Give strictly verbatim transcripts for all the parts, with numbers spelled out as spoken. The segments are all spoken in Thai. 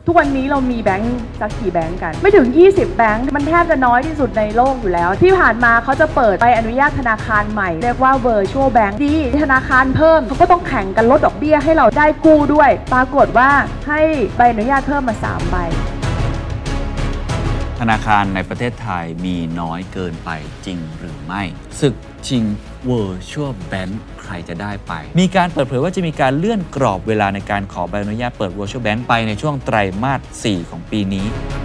ทุกวันนี้เรามีแบงก์สักกี่แบงก์กันไม่ถึงยี่สิบแบงก์มันแทบจะน้อยที่สุดในโลกอยู่แล้วที่ผ่านมาเขาจะเปิดใบอนุญาตธนาคารใหม่เรียกว่า virtual bank ดีธนาคารเพิ่มเขาก็ต้องแข่งกันลดดอกเบี้ยให้เราได้กู้ด้วยปรากฏว่าให้ใบอนุญาตเพิ่มมาสามใบธนาคารในประเทศไทยมีน้อยเกินไปจริงหรือไม่ศึกชิง Virtual Bank ใครจะได้ไปมีการเปิดเผยว่าจะมีการเลื่อนกรอบเวลาในการขอใบอนุญาตเปิด Virtual Bank ไปในช่วงไตรมาสสี่ของปีนี้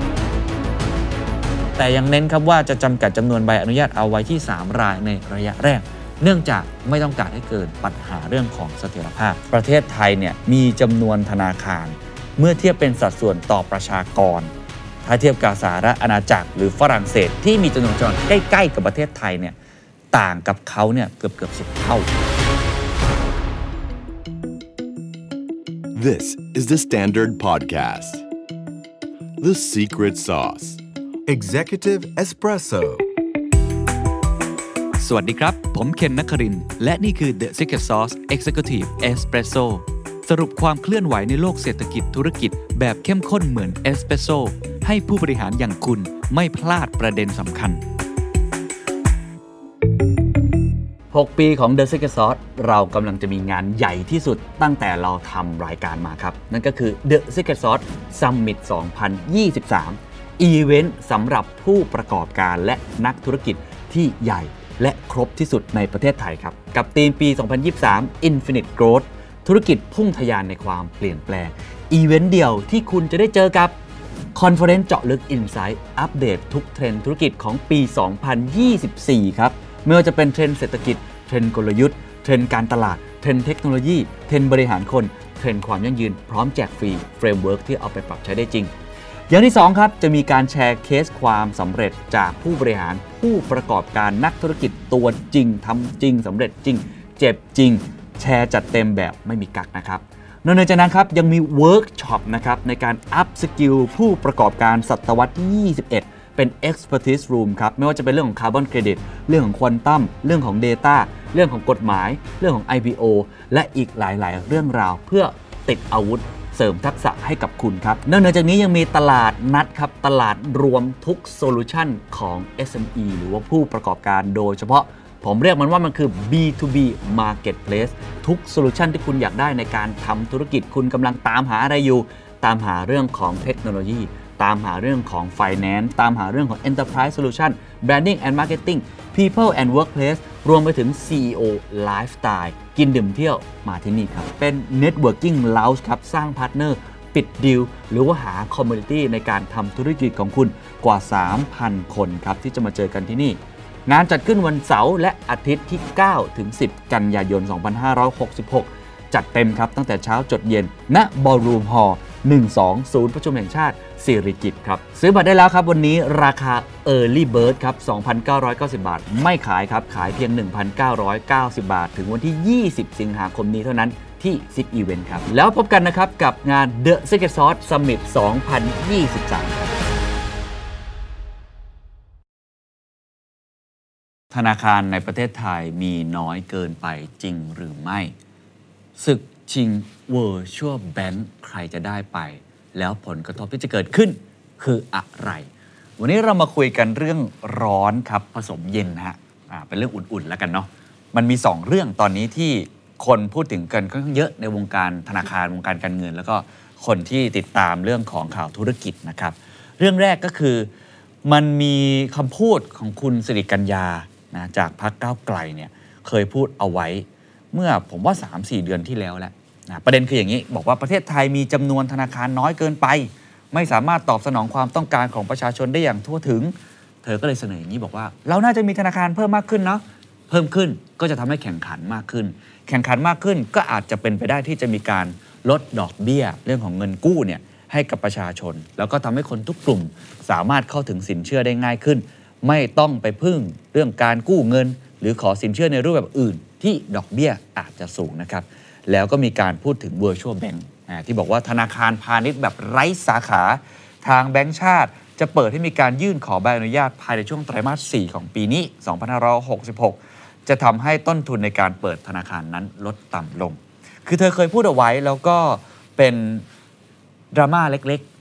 แต่ยังเน้นครับว่าจะจำกัดจำนวนใบอนุญาตเอาไว้ที่สามรายในระยะแรกเนื่องจากไม่ต้องการให้เกิดปัญหาเรื่องของเสถียรภาพประเทศไทยเนี่ยมีจำนวนธนาคารเมื่อเทียบเป็นสัดส่วนต่อประชากรถ้าเทียบกับสหรัฐอาณาจักรหรือฝรั่งเศสที่มีจำนวนจใกล้ๆกับประเทศไทยเนี่ยต่างกับเขาเนี่ยเกือบเกือบสิบเท่า This is the Standard Podcast The Secret Sauce Executive Espresso สวัสดีครับผมเคนนครินทร์และนี่คือ The Secret Sauce Executive Espresso สรุปความเคลื่อนไหวในโลกเศรษฐกิจธุรกิจแบบเข้มข้นเหมือนเอสเปรสโซ่ให้ผู้บริหารอย่างคุณไม่พลาดประเด็นสำคัญหกปีของ The Secret Sauce เรากำลังจะมีงานใหญ่ที่สุดตั้งแต่เราทำรายการมาครับนั่นก็คือ The Secret Sauce Summit สองพันยี่สิบสามอีเวนต์สำหรับผู้ประกอบการและนักธุรกิจที่ใหญ่และครบที่สุดในประเทศไทยครับกับธีมปี สองพันยี่สิบสาม Infinite Growth ธุรกิจพุ่งทะยานในความเปลี่ยนแปลงอีเวนต์เดียวที่คุณจะได้เจอกับคอนเฟอเรนซ์เจาะลึก Insight อัปเดตทุกเทรนด์ธุรกิจของปี สองพันยี่สิบสี่ ครับไม่ว่าจะเป็นเทรนด์เศรษฐกิจเทรนด์กลยุทธ์เทรนด์การตลาดเทรนด์เทคโนโลยีเทรนด์บริหารคนเทรนด์ความยั่งยืนพร้อมแจกฟรีเฟรมเวิร์คที่เอาไปปรับใช้ได้จริงอย่างที่สองครับจะมีการแชร์เคสความสำเร็จจากผู้บริหารผู้ประกอบการนักธุรกิจตัวจริงทำจริงสำเร็จจริงเจ็บจริงแชร์จัดเต็มแบบไม่มีกั๊กนะครับนอกจากนั้นครับยังมีเวิร์กช็อปนะครับในการอัพสกิลผู้ประกอบการศตวรรษที่ยี่สิบเอ็ดเป็น Expertise Room ครับไม่ว่าจะเป็นเรื่องของ Carbon Credit เรื่องของ Quantum เรื่องของ Data เรื่องของกฎหมายเรื่องของ ไอ พี โอ และอีกหลายๆเรื่องราวเพื่อติดอาวุธเสริมทักษะให้กับคุณครับนอกจากนี้ยังมีตลาดนัดครับตลาดรวมทุกโซลูชันของ เอส เอ็ม อี หรือว่าผู้ประกอบการโดยเฉพาะผมเรียกมันว่ามันคือ บี ทู บี Marketplace ทุกโซลูชันที่คุณอยากได้ในการทำธุรกิจคุณกำลังตามหาอะไรอยู่ตามหาเรื่องของเทคโนโลยีตามหาเรื่องของ Finance ตามหาเรื่องของ Enterprise Solution Branding and Marketing People and Workplace รวมไปถึง ซี อี โอ Lifestyle กินดื่มเที่ยวมาที่นี่ครับเป็น Networking Lounge ครับสร้างพาร์ทเนอร์ปิดดีลหรือว่าหา Community ในการทำธุรกิจของคุณกว่า สามพัน คนครับที่จะมาเจอกันที่นี่งานจัดขึ้นวันเสาร์และอาทิตย์ที่ เก้าถึงสิบ กันยายน สองพันห้าร้อยหกสิบหก จัดเต็มครับตั้งแต่เช้าจดเย็นณ Ballroom Hall หนึ่งสอง ศูนย์ประชุมแห่งชาติสิริกิติ์ครับซื้อบัตรได้แล้วครับวันนี้ราคา Early Bird ครับ สองพันเก้าร้อยเก้าสิบ บาทไม่ขายครับขายเพียง หนึ่งพันเก้าร้อยเก้าสิบ บาทถึงวันที่ ยี่สิบ สิงหาคมนี้เท่านั้นที่ ซิก Event ครับแล้วพบกันนะครับกับงาน The Secret Sauce Summit สองพันยี่สิบสามครับธนาคารในประเทศไทยมีน้อยเกินไปจริงหรือไม่ศึกชิง Virtual Bank ใครจะได้ไปแล้วผลกระทบที่จะเกิดขึ้นคืออะไรวันนี้เรามาคุยกันเรื่องร้อนครับผสมเย็นฮะอ่าเป็นเรื่องอุ่นๆแล้วกันเนาะมันมีสองเรื่องตอนนี้ที่คนพูดถึงกันค่อนข้างเยอะในวงการธนาคารวงการการเงินแล้วก็คนที่ติดตามเรื่องของข่าวธุรกิจนะครับเรื่องแรกก็คือมันมีคำพูดของคุณสิริกัญญานะจากพรรคก้าวไกลเนี่ยเคยพูดเอาไว้เมื่อผมว่า สามสี่ เดือนที่แล้วแหละนะประเด็นคืออย่างนี้บอกว่าประเทศไทยมีจำนวนธนาคารน้อยเกินไปไม่สามารถตอบสนองความต้องการของประชาชนได้อย่างทั่วถึงเธอก็เลยเสนออย่างนี้บอกว่าเราน่าจะมีธนาคารเพิ่มมากขึ้นเนาะเพิ่มขึ้นก็จะทำให้แข่งขันมากขึ้นแข่งขันมากขึ้นก็อาจจะเป็นไปได้ที่จะมีการลดดอกเบี้ยเรื่องของเงินกู้เนี่ยให้กับประชาชนแล้วก็ทำให้คนทุกกลุ่มสามารถเข้าถึงสินเชื่อได้ง่ายขึ้นไม่ต้องไปพึ่งเรื่องการกู้เงินหรือขอสินเชื่อในรูปแบบอื่นที่ดอกเบี้ยอาจจะสูงนะครับแล้วก็มีการพูดถึง Virtual Bank ที่บอกว่าธนาคารพาณิชย์แบบไร้สาขาทางแบงก์ชาติจะเปิดให้มีการยื่นขอใบอนุญาตภายในช่วงไตรมาสสี่ของปีนี้สองพันห้าร้อยหกสิบหกจะทำให้ต้นทุนในการเปิดธนาคารนั้นลดต่ำลงคือเธอเคยพูดเอาไว้แล้วก็เป็นดราม่าเล็ก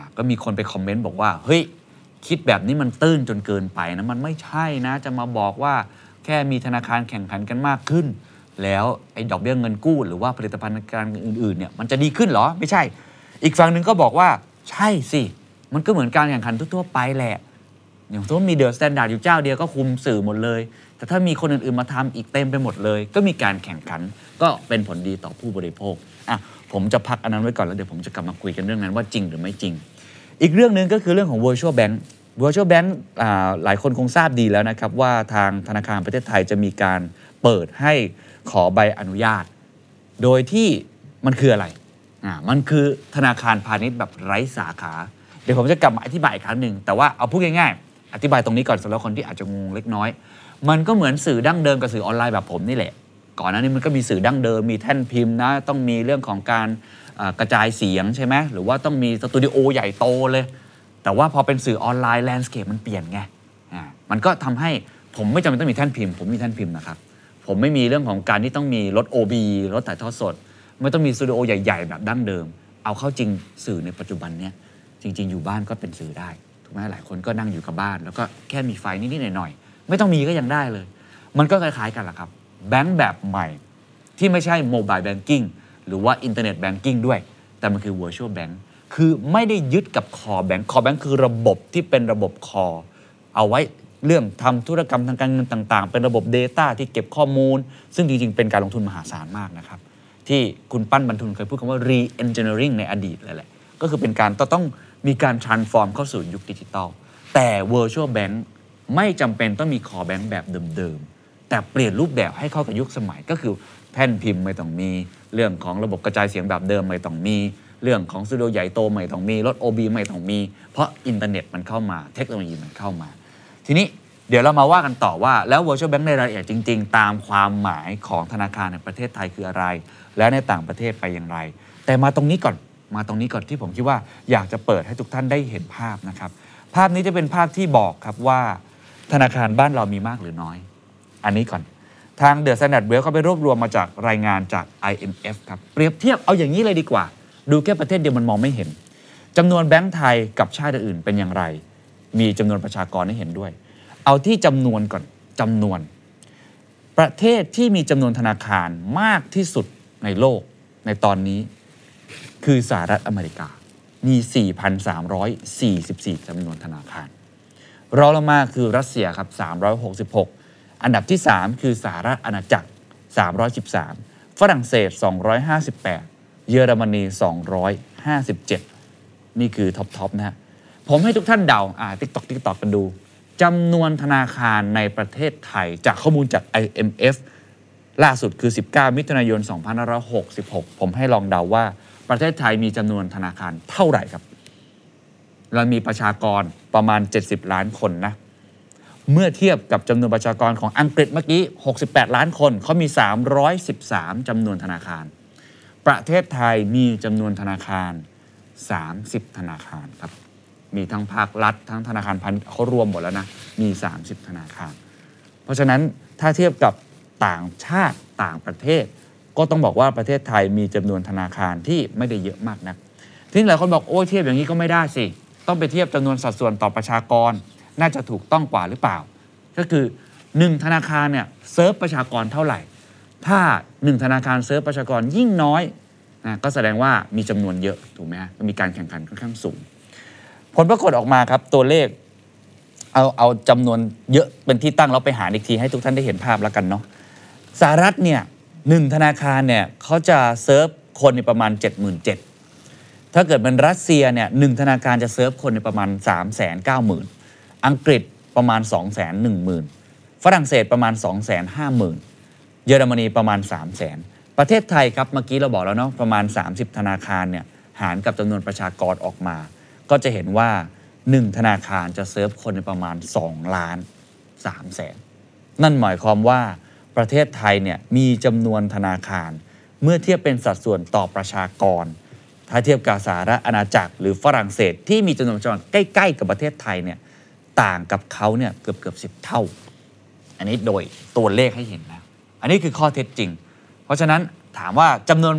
ก็มีคนไปคอมเมนต์บอกว่าเฮ้ยคิดแบบนี้มันตื้นจนเกินไปนะมันไม่ใช่นะจะมาบอกว่าแค่มีธนาคารแข่งขันกันมากขึ้นแล้วไอ้ดอกเบี้ยเงินกู้หรือว่าผลิตภัณฑ์การเงินอื่นๆเนี่ยมันจะดีขึ้นเหรอไม่ใช่อีกฝั่งหนึ่งก็บอกว่าใช่สิมันก็เหมือนการแข่งขันทั่วๆไปแหละอย่างสมมติมีเดอะสแตนดาร์ดอยู่เจ้าเดียวก็คุมสื่อหมดเลยแต่ถ้ามีคนอื่นๆมาทำอีกเต็มไปหมดเลยก็มีการแข่งขันก็เป็นผลดีต่อผู้บริโภคอ่ะผมจะพักอันนั้นไว้ก่อนแล้วเดี๋ยวผมจะกลับมาคุยกันเรื่องนั้นว่าจริงหรือไม่จริงอีกเรื่องนึงก็คือเรื่องของ virtual bank virtual bank อ่าหลายคนคงทราบดีแล้วนะครับว่าทางธนาคารประเทศไทยจะมีการเปิดให้ขอใบอนุญาตโดยที่มันคืออะไรอ่ามันคือธนาคารพาณิชย์แบบไร้สาขาเดี๋ยวผมจะกลับมาอธิบายอีกครั้งหนึ่งแต่ว่าเอาพูดง่ายๆอธิบายตรงนี้ก่อนสำหรับคนที่อาจจะงงเล็กน้อยมันก็เหมือนสื่อดั้งเดิมกับสื่อออนไลน์แบบผมนี่แหละก่อนหน้านี้มันก็มีสื่อดั้งเดิมมีแท่นพิมพ์นะต้องมีเรื่องของการกระจายเสียงใช่ไหมหรือว่าต้องมีสตูดิโอใหญ่โตเลยแต่ว่าพอเป็นสื่อออนไลน์แลนด์สเคปมันเปลี่ยนไงอ่ามันก็ทำให้ผมไม่จำเป็นต้องมีแท่นพิมพ์ผมมีแท่นพิมพ์นะครับผมไม่มีเรื่องของการที่ต้องมีรถ โอ บี รถถ่ายทอดสดไม่ต้องมีสตูดิโอใหญ่ๆแบบดั้งเดิมเอาเข้าจริงสื่อในปัจจุบันเนี้ยจริงๆอยู่บ้านก็เป็นสื่อได้ถูกไหมหลายคนก็นั่งอยู่กับบ้านแล้วก็แค่มีไฟนิดๆหน่อยๆไม่ต้องมีก็ยังได้เลยมันก็คล้ายๆกันแหละครับแบงก์แบบใหม่ที่ไม่ใช่โมบายแบงกิ้งหรือว่าอินเทอร์เน็ตแบงกิ้งด้วยแต่มันคือ virtual bank คือไม่ได้ยึดกับ core bank core bank คือระบบที่เป็นระบบ core เอาไว้เรื่องทำธุรกรรมทางการเงินต่างๆเป็นระบบ data ที่เก็บข้อมูลซึ่งจริงๆเป็นการลงทุนมหาศาลมากนะครับที่คุณปั้นบรรทุนเคยพูดคำว่า re-engineering ในอดีตเลยแหละก็คือเป็นการต้องมีการ transform เข้าสู่ยุคดิจิทัลแต่ virtual bank ไม่จำเป็นต้องมี core bank แบบเดิมๆแต่เปลี่ยนรูปแบบให้เข้ากับยุคสมัยก็คือแท่นพิมพ์ไม่ต้องมีเรื่องของระบบกระจายเสียงแบบเดิมไม่ต้องมีเรื่องของสตูดิโอใหญ่โตไม่ต้องมีรถ โอ บี ไม่ต้องมีเพราะอินเทอร์เน็ตมันเข้ามาเทคโนโลยีมันเข้ามาทีนี้เดี๋ยวเรามาว่ากันต่อว่าแล้ว virtual bank ในรายละเอียดจริงๆตามความหมายของธนาคารในประเทศไทยคืออะไรและในต่างประเทศไปอย่างไรแต่มาตรงนี้ก่อนมาตรงนี้ก่อนที่ผมคิดว่าอยากจะเปิดให้ทุกท่านได้เห็นภาพนะครับภาพนี้จะเป็นภาพที่บอกครับว่าธนาคารบ้านเรามีมากหรือน้อยอันนี้ก่อนทาง The Standard Well เขาไปรวบรวมมาจากรายงานจาก ไอ เอ็ม เอฟ ครับเปรียบเทียบเอาอย่างนี้เลยดีกว่าดูแค่ประเทศเดียวมันมองไม่เห็นจำนวนแบงก์ไทยกับชาติอื่นเป็นอย่างไรมีจำนวนประชากรให้เห็นด้วยเอาที่จำนวนก่อนจำนวนประเทศที่มีจำนวนธนาคารมากที่สุดในโลกในตอนนี้คือสหรัฐอเมริกามี สี่พันสามร้อยสี่สิบสี่ จำนวนธนาคารรองลงมาคือรัสเซียครับสามร้อยหกสิบหกอันดับที่สามคือสหรัฐอาณาจักรสามร้อยสิบสามฝรั่งเศสสองร้อยห้าสิบแปดเยอรมนีสองร้อยห้าสิบเจ็ดนี่คือท็อปๆนะฮะผมให้ทุกท่านเดาอ่า TikTok TikTok กันดูจำนวนธนาคารในประเทศไทยจากข้อมูลจาก ไอ เอ็ม เอฟ ล่าสุดคือสิบเก้ามิถุนายนสองพันห้าร้อยหกสิบหกผมให้ลองเดาว่าประเทศไทยมีจำนวนธนาคารเท่าไหร่ครับเรามีประชากรประมาณเจ็ดสิบล้านคนนะเมื่อเทียบกับจำนวนประชากรของอังกฤษเมื่อกี้หกสิบแปดล้านคนเขามีสามร้อยสิบสามจำนวนธนาคารประเทศไทยมีจำนวนธนาคารสามสิบธนาคารครับมีทั้งภาครัฐทั้งธนาคารพาณิชย์เขารวมหมดแล้วนะมีสามสิบธนาคารเพราะฉะนั้นถ้าเทียบกับต่างชาติต่างประเทศก็ต้องบอกว่าประเทศไทยมีจำนวนธนาคารที่ไม่ได้เยอะมากนักทีนี้หลายคนบอกโอ้เทียบอย่างนี้ก็ไม่ได้สิต้องไปเทียบจำนวนสัดส่วนต่อประชากรน่าจะถูกต้องกว่าหรือเปล่าก็คือหนึ่งธนาคารเนี่ยเซิร์ฟประชากรเท่าไหร่ถ้าหนึ่งธนาคารเซิร์ฟประชากรยิ่งน้อยนะก็แสดงว่ามีจำนวนเยอะถูกไหมฮะมีการแข่งขันค่อนข้างสูงผลปรากฏออกมาครับตัวเลขเอาเอาจำนวนเยอะเป็นที่ตั้งแล้วไปหาอีกทีให้ทุกท่านได้เห็นภาพแล้วกันเนาะสหรัฐเนี่ยหนึ่งธนาคารเนี่ยเขาจะเซิร์ฟคนในประมาณ เจ็ดหมื่นเจ็ดพัน ถ้าเกิดเป็นรัสเซียเนี่ยหนึ่งธนาคารจะเซิร์ฟคนในประมาณ สามแสนเก้าหมื่น อังกฤษประมาณ สองแสนหนึ่งหมื่น ฝรั่งเศสประมาณ สองแสนห้าหมื่น เยอรมนีประมาณ สามแสน ประเทศไทยครับเมื่อกี้เราบอกแล้วเนาะประมาณสามสิบธนาคารเนี่ยหารกับจำนวนประชากรออกมาก็จะเห็นว่าหนึ่งธนาคารจะเซิร์ฟคนในประมาณสองล้านสามแสนนั่นหมายความว่าประเทศไทยเนี่ยมีจำนวนธนาคารเมื่อเทียบเป็นสัดส่วนต่อประชากรถ้าเทียบกับสหรัฐอาณาจักรหรือฝรั่งเศสที่มีจำนวนประชากรใกล้ๆกับประเทศไทยเนี่ยต่างกับเขาเนี่ยเกือบเกือบสิบเท่าอันนี้โดยตัวเลขให้เห็นนะอันนี้คือข้อเท็จจริงเพราะฉะนั้นถามว่าจำนวน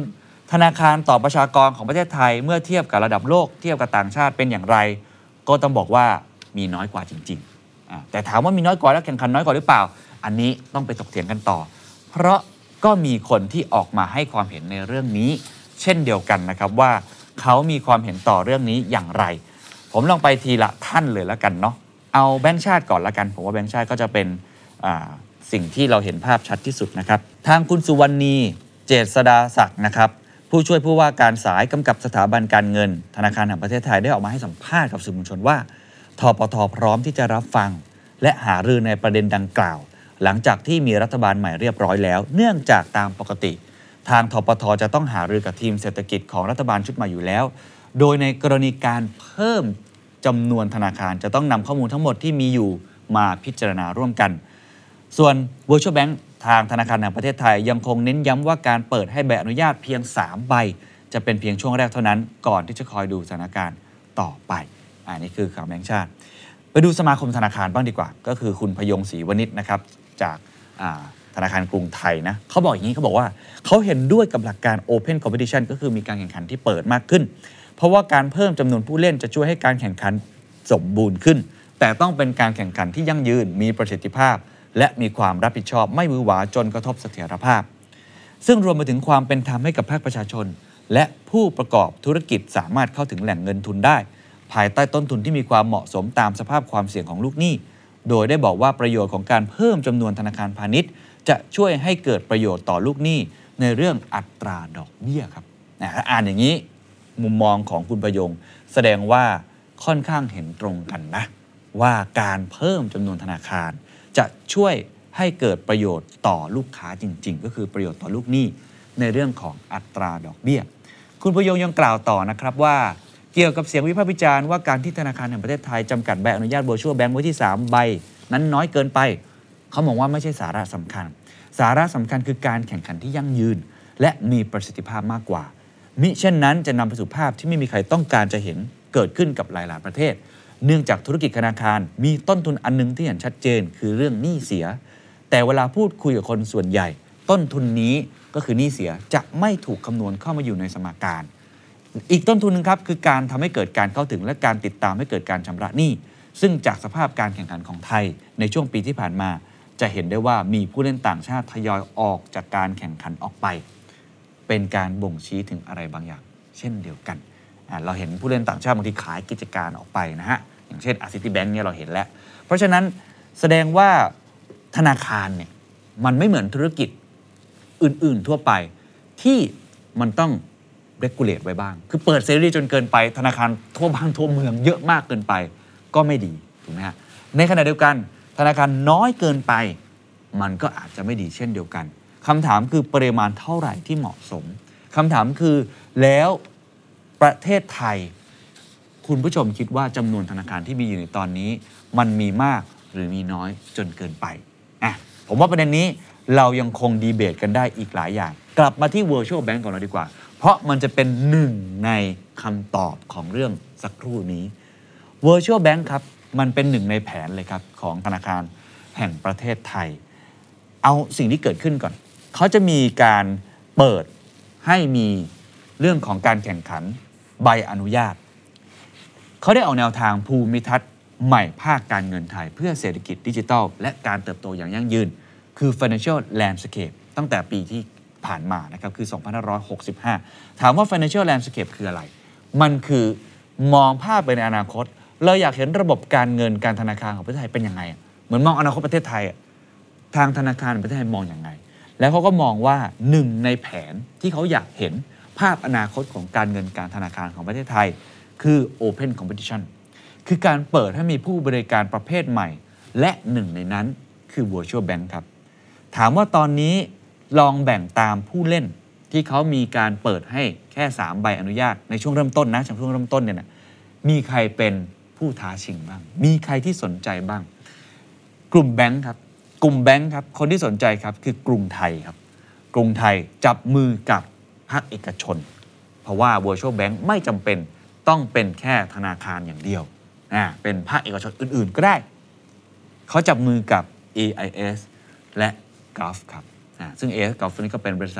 ธนาคารต่อประชากรของประเทศไทยเมื่อเทียบกับระดับโลกเทียบกับต่างชาติเป็นอย่างไรก็ต้องบอกว่ามีน้อยกว่าจริงๆแต่ถามว่ามีน้อยกว่าแล้วแข่งขันน้อยกว่าหรือเปล่าอันนี้ต้องไปถกเถียงกันต่อเพราะก็มีคนที่ออกมาให้ความเห็นในเรื่องนี้เช่นเดียวกันนะครับว่าเขามีความเห็นต่อเรื่องนี้อย่างไรผมลองไปทีละท่านเลยแล้วกันเนาะเอาแบงก์ชาติก่อนละกันผมว่าแบงก์ชาติก็จะเป็นสิ่งที่เราเห็นภาพชัดที่สุดนะครับทางคุณสุวรรณีเจษฎาศักดิ์นะครับผู้ช่วยผู้ว่าการสายกำกับสถาบันการเงินธนาคารแห่งประเทศไทยได้ออกมาให้สัมภาษณ์กับสื่อมวลชนว่าธปท.พร้อมที่จะรับฟังและหารือในประเด็นดังกล่าวหลังจากที่มีรัฐบาลใหม่เรียบร้อยแล้วเนื่องจากตามปกติทางธปท.จะต้องหารือกับทีมเศรษฐกิจของรัฐบาลชุดใหม่อยู่แล้วโดยในกรณีการเพิ่มจำนวนธนาคารจะต้องนำข้อมูลทั้งหมดที่มีอยู่มาพิจารณาร่วมกันส่วน Virtual Bank ทางธนาคารแห่งประเทศไทยยังคงเน้นย้ำว่าการเปิดให้ใบอนุญาตเพียงสามใบจะเป็นเพียงช่วงแรกเท่านั้นก่อนที่จะคอยดูสถานการณ์ต่อไปอันนี้คือข่าวแบงก์ชาติไปดูสมาคมธนาคารบ้างดีกว่าก็คือคุณพยงศรีวณิชนะครับจากธนาคารกรุงไทยนะเขาบอกอย่างนี้เขาบอกว่าเขาเห็นด้วยกับหลักการ Open Competition ก็คือมีการแข่งขันที่เปิดมากขึ้นเพราะว่าการเพิ่มจำนวนผู้เล่นจะช่วยให้การแข่งขันสมบูรณ์ขึ้นแต่ต้องเป็นการแข่งขันที่ยั่งยืนมีประสิทธิภาพและมีความรับผิดชอบไม่หวือหวาจนกระทบเสถียรภาพซึ่งรวมไปถึงความเป็นธรรมให้กับภาคประชาชนและผู้ประกอบธุรกิจสามารถเข้าถึงแหล่งเงินทุนได้ภายใต้ต้นทุนที่มีความเหมาะสมตามสภาพความเสี่ยงของลูกหนี้โดยได้บอกว่าประโยชน์ของการเพิ่มจำนวนธนาคารพาณิชย์จะช่วยให้เกิดประโยชน์ต่อลูกหนี้ในเรื่องอัตราดอกเบี้ยครับถ้าอ่านอย่างนี้มุมมองของคุณพยงแสดงว่าค่อนข้างเห็นตรงกันนะว่าการเพิ่มจำนวนธนาคารจะช่วยให้เกิดประโยชน์ต่อลูกค้าจริงๆก็คือประโยชน์ต่อลูกหนี้ในเรื่องของอัตราดอกเบี้ยคุณพยงยังกล่าวต่อนะครับว่าเกี่ยวกับเสียงวิพากษ์วิจารณ์ว่าการที่ธนาคารแห่งประเทศไทยจำกัดใบอนุญาต Virtual Bank ไว้ที่สามใบนั้นน้อยเกินไปเขามองว่าไม่ใช่สาระสำคัญสาระสำคัญคือการแข่งขันที่ยั่งยืนและมีประสิทธิภาพมากกว่ามิเช่นนั้นจะนำไปสู่ภาพที่ไม่มีใครต้องการจะเห็นเกิดขึ้นกับหลายๆประเทศเนื่องจากธุรกิจธนาคารมีต้นทุนอันนึงที่เห็นชัดเจนคือเรื่องหนี้เสียแต่เวลาพูดคุยกับคนส่วนใหญ่ต้นทุนนี้ก็คือหนี้เสียจะไม่ถูกคำนวณเข้ามาอยู่ในสมการอีกต้นทุนนึงครับคือการทำให้เกิดการเข้าถึงและการติดตามให้เกิดการชำระหนี้ซึ่งจากสภาพการแข่งขันของไทยในช่วงปีที่ผ่านมาจะเห็นได้ว่ามีผู้เล่นต่างชาติทยอยออกจากการแข่งขันออกไปเป็นการบ่งชี้ถึงอะไรบางอย่างเช่นเดียวกันเราเห็นผู้เล่นต่างชาติบางทีขายกิจการออกไปนะฮะอย่างเช่น City Bank เนี่ยเราเห็นแล้วเพราะฉะนั้นแสดงว่าธนาคารเนี่ยมันไม่เหมือนธุรกิจอื่นๆทั่วไปที่มันต้องเรกูเลตไว้บ้างคือเปิดเสรีจนเกินไปธนาคารทั่วบ้านทั่วเมืองเยอะมากเกินไปก็ไม่ดีถูกไหมฮะในขณะเดียวกันธนาคารน้อยเกินไปมันก็อาจจะไม่ดีเช่นเดียวกันคำถามคือปริมาณเท่าไหร่ที่เหมาะสมคำถามคือแล้วประเทศไทยคุณผู้ชมคิดว่าจำนวนธนาคารที่มีอยู่ในตอนนี้มันมีมากหรือมีน้อยจนเกินไปอ่ะผมว่าประเด็นนี้เรายังคงดีเบตกันได้อีกหลายอย่างกลับมาที่ Virtual Bank ของเราดีกว่าเพราะมันจะเป็นหนึ่งในคำตอบของเรื่องสักครู่นี้ Virtual Bank ครับมันเป็นหนึ่งในแผนเลยครับของธนาคารแห่งประเทศไทยเอาสิ่งที่เกิดขึ้นก่อนเขาจะมีการเปิดให้มีเรื่องของการแข่งขันใบอนุญาตเขาได้ออกแนวทางภูมิทัศน์ใหม่ภาคการเงินไทยเพื่อเศรษฐกิจดิจิทัลและการเติบโตอย่างยั่งยืนคือ Financial Landscape ตั้งแต่ปีที่ผ่านมานะครับคือสองพันห้าร้อยหกสิบห้าถามว่า Financial Landscape คืออะไรมันคือมองภาพไปในอนาคตเราอยากเห็นระบบการเงินการธนาคารของประเทศไทยเป็นยังไงเหมือนมองอนาคตประเทศไทยทางธนาคารประเทศไทยมองอย่างไรแล้วเขาก็มองว่าหนึ่งในแผนที่เขาอยากเห็นภาพอนาคตของการเงินการธนาคารของประเทศไทยคือ Open Competition คือการเปิดให้มีผู้บริการประเภทใหม่และหนึ่งในนั้นคือ Virtual Bank ครับถามว่าตอนนี้ลองแบ่งตามผู้เล่นที่เขามีการเปิดให้แค่สามใบอนุญาตในช่วงเริ่มต้นนะช่วงเริ่มต้นเนี่ยนะมีใครเป็นผู้ท้าชิงบ้างมีใครที่สนใจบ้างกลุ่มแบงค์ครับกลุ่มแบงค์ครับคนที่สนใจครับคือกรุงไทยครับกรุงไทยจับมือกับภาคเอกชนเพราะว่า Virtual Bank ไม่จำเป็นต้องเป็นแค่ธนาคารอย่างเดียวอ่าเป็นภาคเอกชนอื่นๆก็ได้เขาจับมือกับ เอ ไอ เอส และ Gulf ครับอ่าซึ่ง เอ ไอ เอส Gulf นี่ก็เป็นบริษัท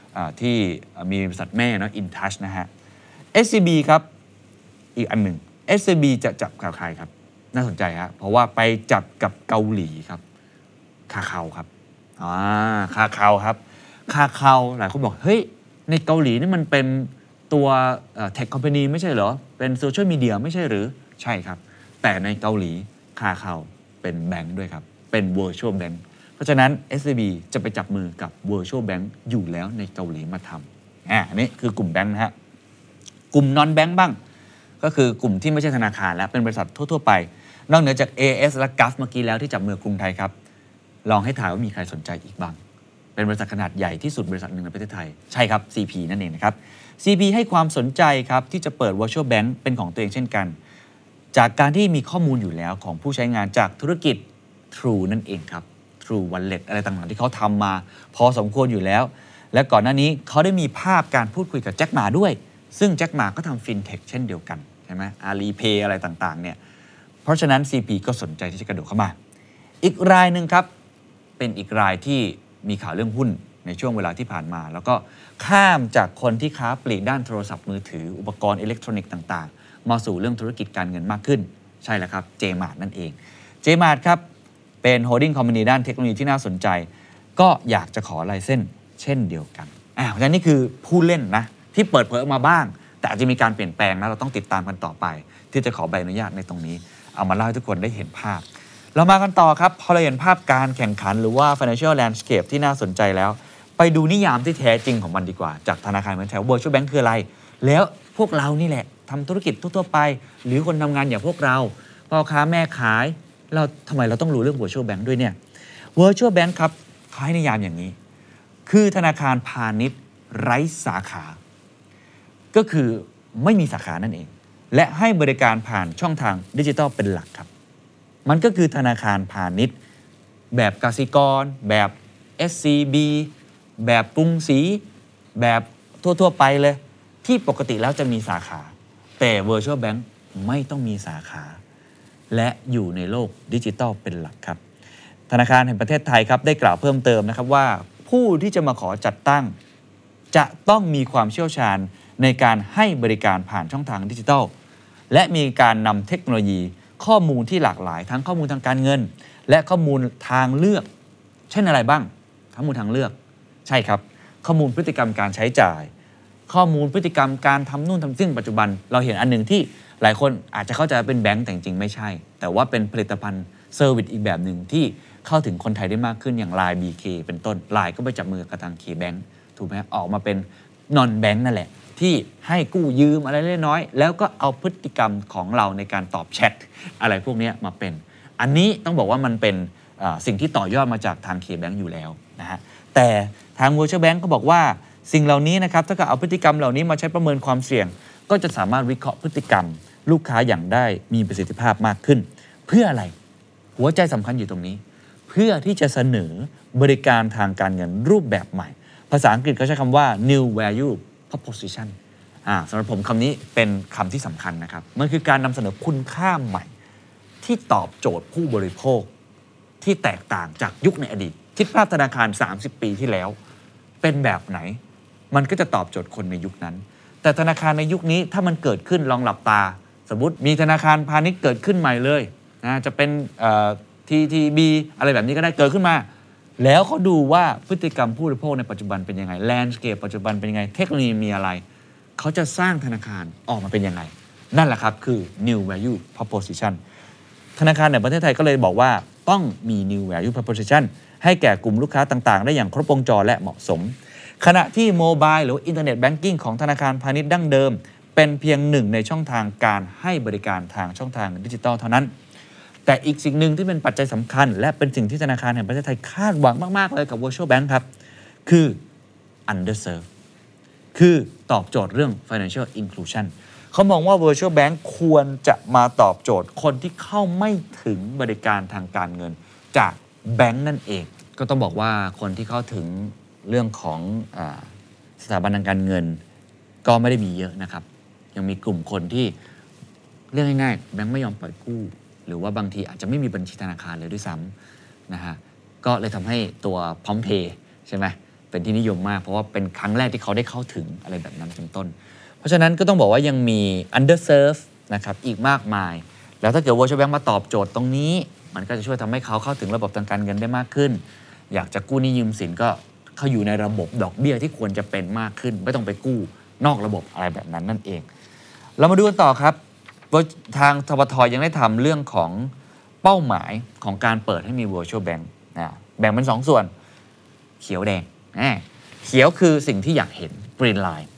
ที่มีบริษัทแม่เนาะ InTouch นะฮะ เอส ซี บี ครับอีกอันหนึ่ง เอส ซี บี จะจับกับใครครับน่าสนใจฮะเพราะว่าไปจับกับเกาหลีครับคาเคาครับอ่าคาเคาครับคาเคาหลายคนบอกเฮ้ยในเกาหลีนี่มันเป็นตัวเทคคอมพานีไม่ใช่เหรอเป็นโซเชียลมีเดียไม่ใช่หรือใช่ครับแต่ในเกาหลีคาเคาเป็นแบงค์ด้วยครับเป็น virtual bank เพราะฉะนั้น เอส ซี บี จะไปจับมือกับ virtual bank อยู่แล้วในเกาหลีมาทำอ่าอันนี้คือกลุ่มแบงค์นะฮะกลุ่ม non bank บ้างก็คือกลุ่มที่ไม่ใช่ธนาคารและเป็นบริษัททั่วๆไปนอกเหนือจาก เอ เอส และ จี เอ เอฟ เมื่อกี้แล้วที่จับมือกรุงไทยครับลองให้ถ่ายว่ามีใครสนใจอีกบ้างเป็นบริษัทขนาดใหญ่ที่สุดบริษัทหนึ่งในประเทศไทยใช่ครับ ซี พี นั่นเองนะครับ ซี พี ให้ความสนใจครับที่จะเปิด virtual bank เป็นของตัวเองเช่นกันจากการที่มีข้อมูลอยู่แล้วของผู้ใช้งานจากธุรกิจ True นั่นเองครับ True Wallet อะไรต่างๆที่เขาทำมาพอสมควรอยู่แล้วและก่อนหน้านี้เขาได้มีภาพการพูดคุยกับแจ็คหม่าด้วยซึ่งแจ็คหม่าก็ทำ FinTech เช่นเดียวกันใช่ไหม Alipay อะไรต่างๆเนี่ยเพราะฉะนั้น ซี พี ก็สนใจที่จะกระโดดเข้ามาอีกรายหนึ่งครับเป็นอีกรายที่มีข่าวเรื่องหุ้นในช่วงเวลาที่ผ่านมาแล้วก็ข้ามจากคนที่ค้าปลีกด้านโทรศัพท์มือถืออุปกรณ์อิเล็กทรอนิกส์ต่างๆมาสู่เรื่องธุรกิจการเงินมากขึ้นใช่แล้วครับ J-Mart นั่นเอง J-Mart ครับเป็นโฮลดิ้งคอมพานีด้านเทคโนโลยีที่น่าสนใจก็อยากจะขอลายเส้นเช่นเดียวกันอ่าเพราะฉะนั้นนี่คือผู้เล่นนะที่เปิดเผยออกมาบ้างแต่อาจจะมีการเปลี่ยนแปลงนะเราต้องติดตามกันต่อไปที่จะขอใบอนุญาตในตรงนี้เอามาเล่าให้ทุกคนได้เห็นภาพเรามากันต่อครับพอเราเห็นภาพการแข่งขันหรือว่า financial landscape ที่น่าสนใจแล้วไปดูนิยามที่แท้จริงของมันดีกว่าจากธนาคารเหมือนแถว virtual bank คืออะไรแล้วพวกเรานี่แหละทำธุรกิจทั่วๆไปหรือคนทำงานอย่างพวกเราพ่อค้าแม่ขายเราทำไมเราต้องรู้เรื่อง virtual bank ด้วยเนี่ย virtual bank ครับเขาให้นิยามอย่างนี้คือธนาคารพาณิชย์ไร้สาขาก็คือไม่มีสาขานั่นเองและให้บริการผ่านช่องทางดิจิทัลเป็นหลักครับมันก็คือธนาคารพาณิชย์แบบกสิกรแบบ เอส ซี บี แบบกรุงศรีแบบทั่วๆไปเลยที่ปกติแล้วจะมีสาขาแต่ Virtual Bank ไม่ต้องมีสาขาและอยู่ในโลกดิจิทัลเป็นหลักครับธนาคารแห่งประเทศไทยครับได้กล่าวเพิ่มเติมนะครับว่าผู้ที่จะมาขอจัดตั้งจะต้องมีความเชี่ยวชาญในการให้บริการผ่านช่องทางดิจิทัลและมีการนำเทคโนโลยีข้อมูลที่หลากหลายทั้งข้อมูลทางการเงินและข้อมูลทางเลือกเช่นอะไรบ้างข้อมูลทางเลือกใช่ครับข้อมูลพฤติกรรมการใช้จ่ายข้อมูลพฤติกรรมการทำนู่นทำซึ่งปัจจุบันเราเห็นอันหนึ่งที่หลายคนอาจจะเข้าใจเป็นแบงก์แต่จริงไม่ใช่แต่ว่าเป็นผลิตภัณฑ์เซอร์วิสอีกแบบหนึ่งที่เข้าถึงคนไทยได้มากขึ้นอย่าง ไลน์ บี เค เป็นต้น ไลน์ ก็ไปจับมือกับทาง K-Bank ถูกไหมออกมาเป็น non bank นั่นแหละที่ให้กู้ยืมอะไรเล็กน้อยแล้วก็เอาพฤติกรรมของเราในการตอบแชทอะไรพวกนี้มาเป็นอันนี้ต้องบอกว่ามันเป็นสิ่งที่ต่อยอดมาจากทาง K-Bank อยู่แล้วนะฮะแต่ทาง Virtual Bank ก็บอกว่าสิ่งเหล่านี้นะครับถ้าเกิดเอาพฤติกรรมเหล่านี้มาใช้ประเมินความเสี่ยงก็จะสามารถวิเคราะห์พฤติกรรมลูกค้าอย่างได้มีประสิทธิภาพมากขึ้นเพื่ออะไรหัวใจสำคัญอยู่ตรงนี้เพื่อที่จะเสนอบริการทางการเงินรูปแบบใหม่ภาษาอังกฤษเขาใช้คำว่า new value proposition อ่าสำหรับผมคำนี้เป็นคำที่สำคัญนะครับมันคือการนำเสนอคุณค่าใหม่ที่ตอบโจทย์ผู้บริโภคที่แตกต่างจากยุคในอดีตคิดภาพธนาคารสามสิบปีที่แล้วเป็นแบบไหนมันก็จะตอบโจทย์คนในยุคนั้นแต่ธนาคารในยุคนี้ถ้ามันเกิดขึ้นลองหลับตาสมมติมีธนาคารพาณิชย์เกิดขึ้นใหม่เลยนะจะเป็นเอ่อ ที ที บี อะไรแบบนี้ก็ได้เกิดขึ้นมาแล้วเขาดูว่าพฤติกรรมผู้บริโภคในปัจจุบันเป็นยังไงแลนด์สเคปปัจจุบันเป็นยังไงเทคโนโลยีมีอะไรเขาจะสร้างธนาคารออกมาเป็นยังไงนั่นแหละครับคือ new value proposition ธนาคารในประเทศไทยก็เลยบอกว่าต้องมี new value proposition ให้แก่กลุ่มลูกค้าต่างๆได้อย่างครบวงจรและเหมาะสมขณะที่โมบายหรืออินเทอร์เน็ตแบงกิ้งของธนาคารพาณิชย์ดั้งเดิมเป็นเพียงหนึ่งในช่องทางการให้บริการทางช่องทางดิจิทัลเท่านั้นแต่อีกสิ่งหนึ่งที่เป็นปัจจัยสำคัญและเป็นสิ่งที่ธนาคารแห่งประเทศไทยคาดหวังมากๆเลยกับ Virtual Bank ครับคือ underserved คือตอบโจทย์เรื่อง financial inclusion เขามองว่า Virtual Bank ควรจะมาตอบโจทย์คนที่เข้าไม่ถึงบริการทางการเงินจากแบงก์นั่นเองก็ต้องบอกว่าคนที่เข้าถึงเรื่องของอ่าสถาบันทางการเงินก็ไม่ได้มีเยอะนะครับยังมีกลุ่มคนที่เรื่องง่ายๆแบงก์ไม่ยอมปล่อยกู้หรือว่าบางทีอาจจะไม่มีบัญชีธนาคารเลยด้วยซ้ำนะฮะก็เลยทำให้ตัวพร้อมเพย์ใช่ไหมเป็นที่นิยมมากเพราะว่าเป็นครั้งแรกที่เขาได้เข้าถึงอะไรแบบนั้นเป็นต้นเพราะฉะนั้นก็ต้องบอกว่ายังมี underserve นะครับอีกมากมายแล้วถ้าเกิด Virtual Bank มาตอบโจทย์ตรงนี้มันก็จะช่วยทำให้เขาเข้าถึงระบบทางการเงินได้มากขึ้นอยากจะกู้หนี้ยืมสินก็เขาอยู่ในระบบดอกเบี้ยที่ควรจะเป็นมากขึ้นไม่ต้องไปกู้นอกระบบอะไรแบบนั้นนั่นเองเรามาดูกันต่อครับทางธปท.ยังได้ทำเรื่องของเป้าหมายของการเปิดให้มี Virtual Bank นะแบ่งเป็นสองส่วนเขียวแดงเขียวคือสิ่งที่อยากเห็น Green Line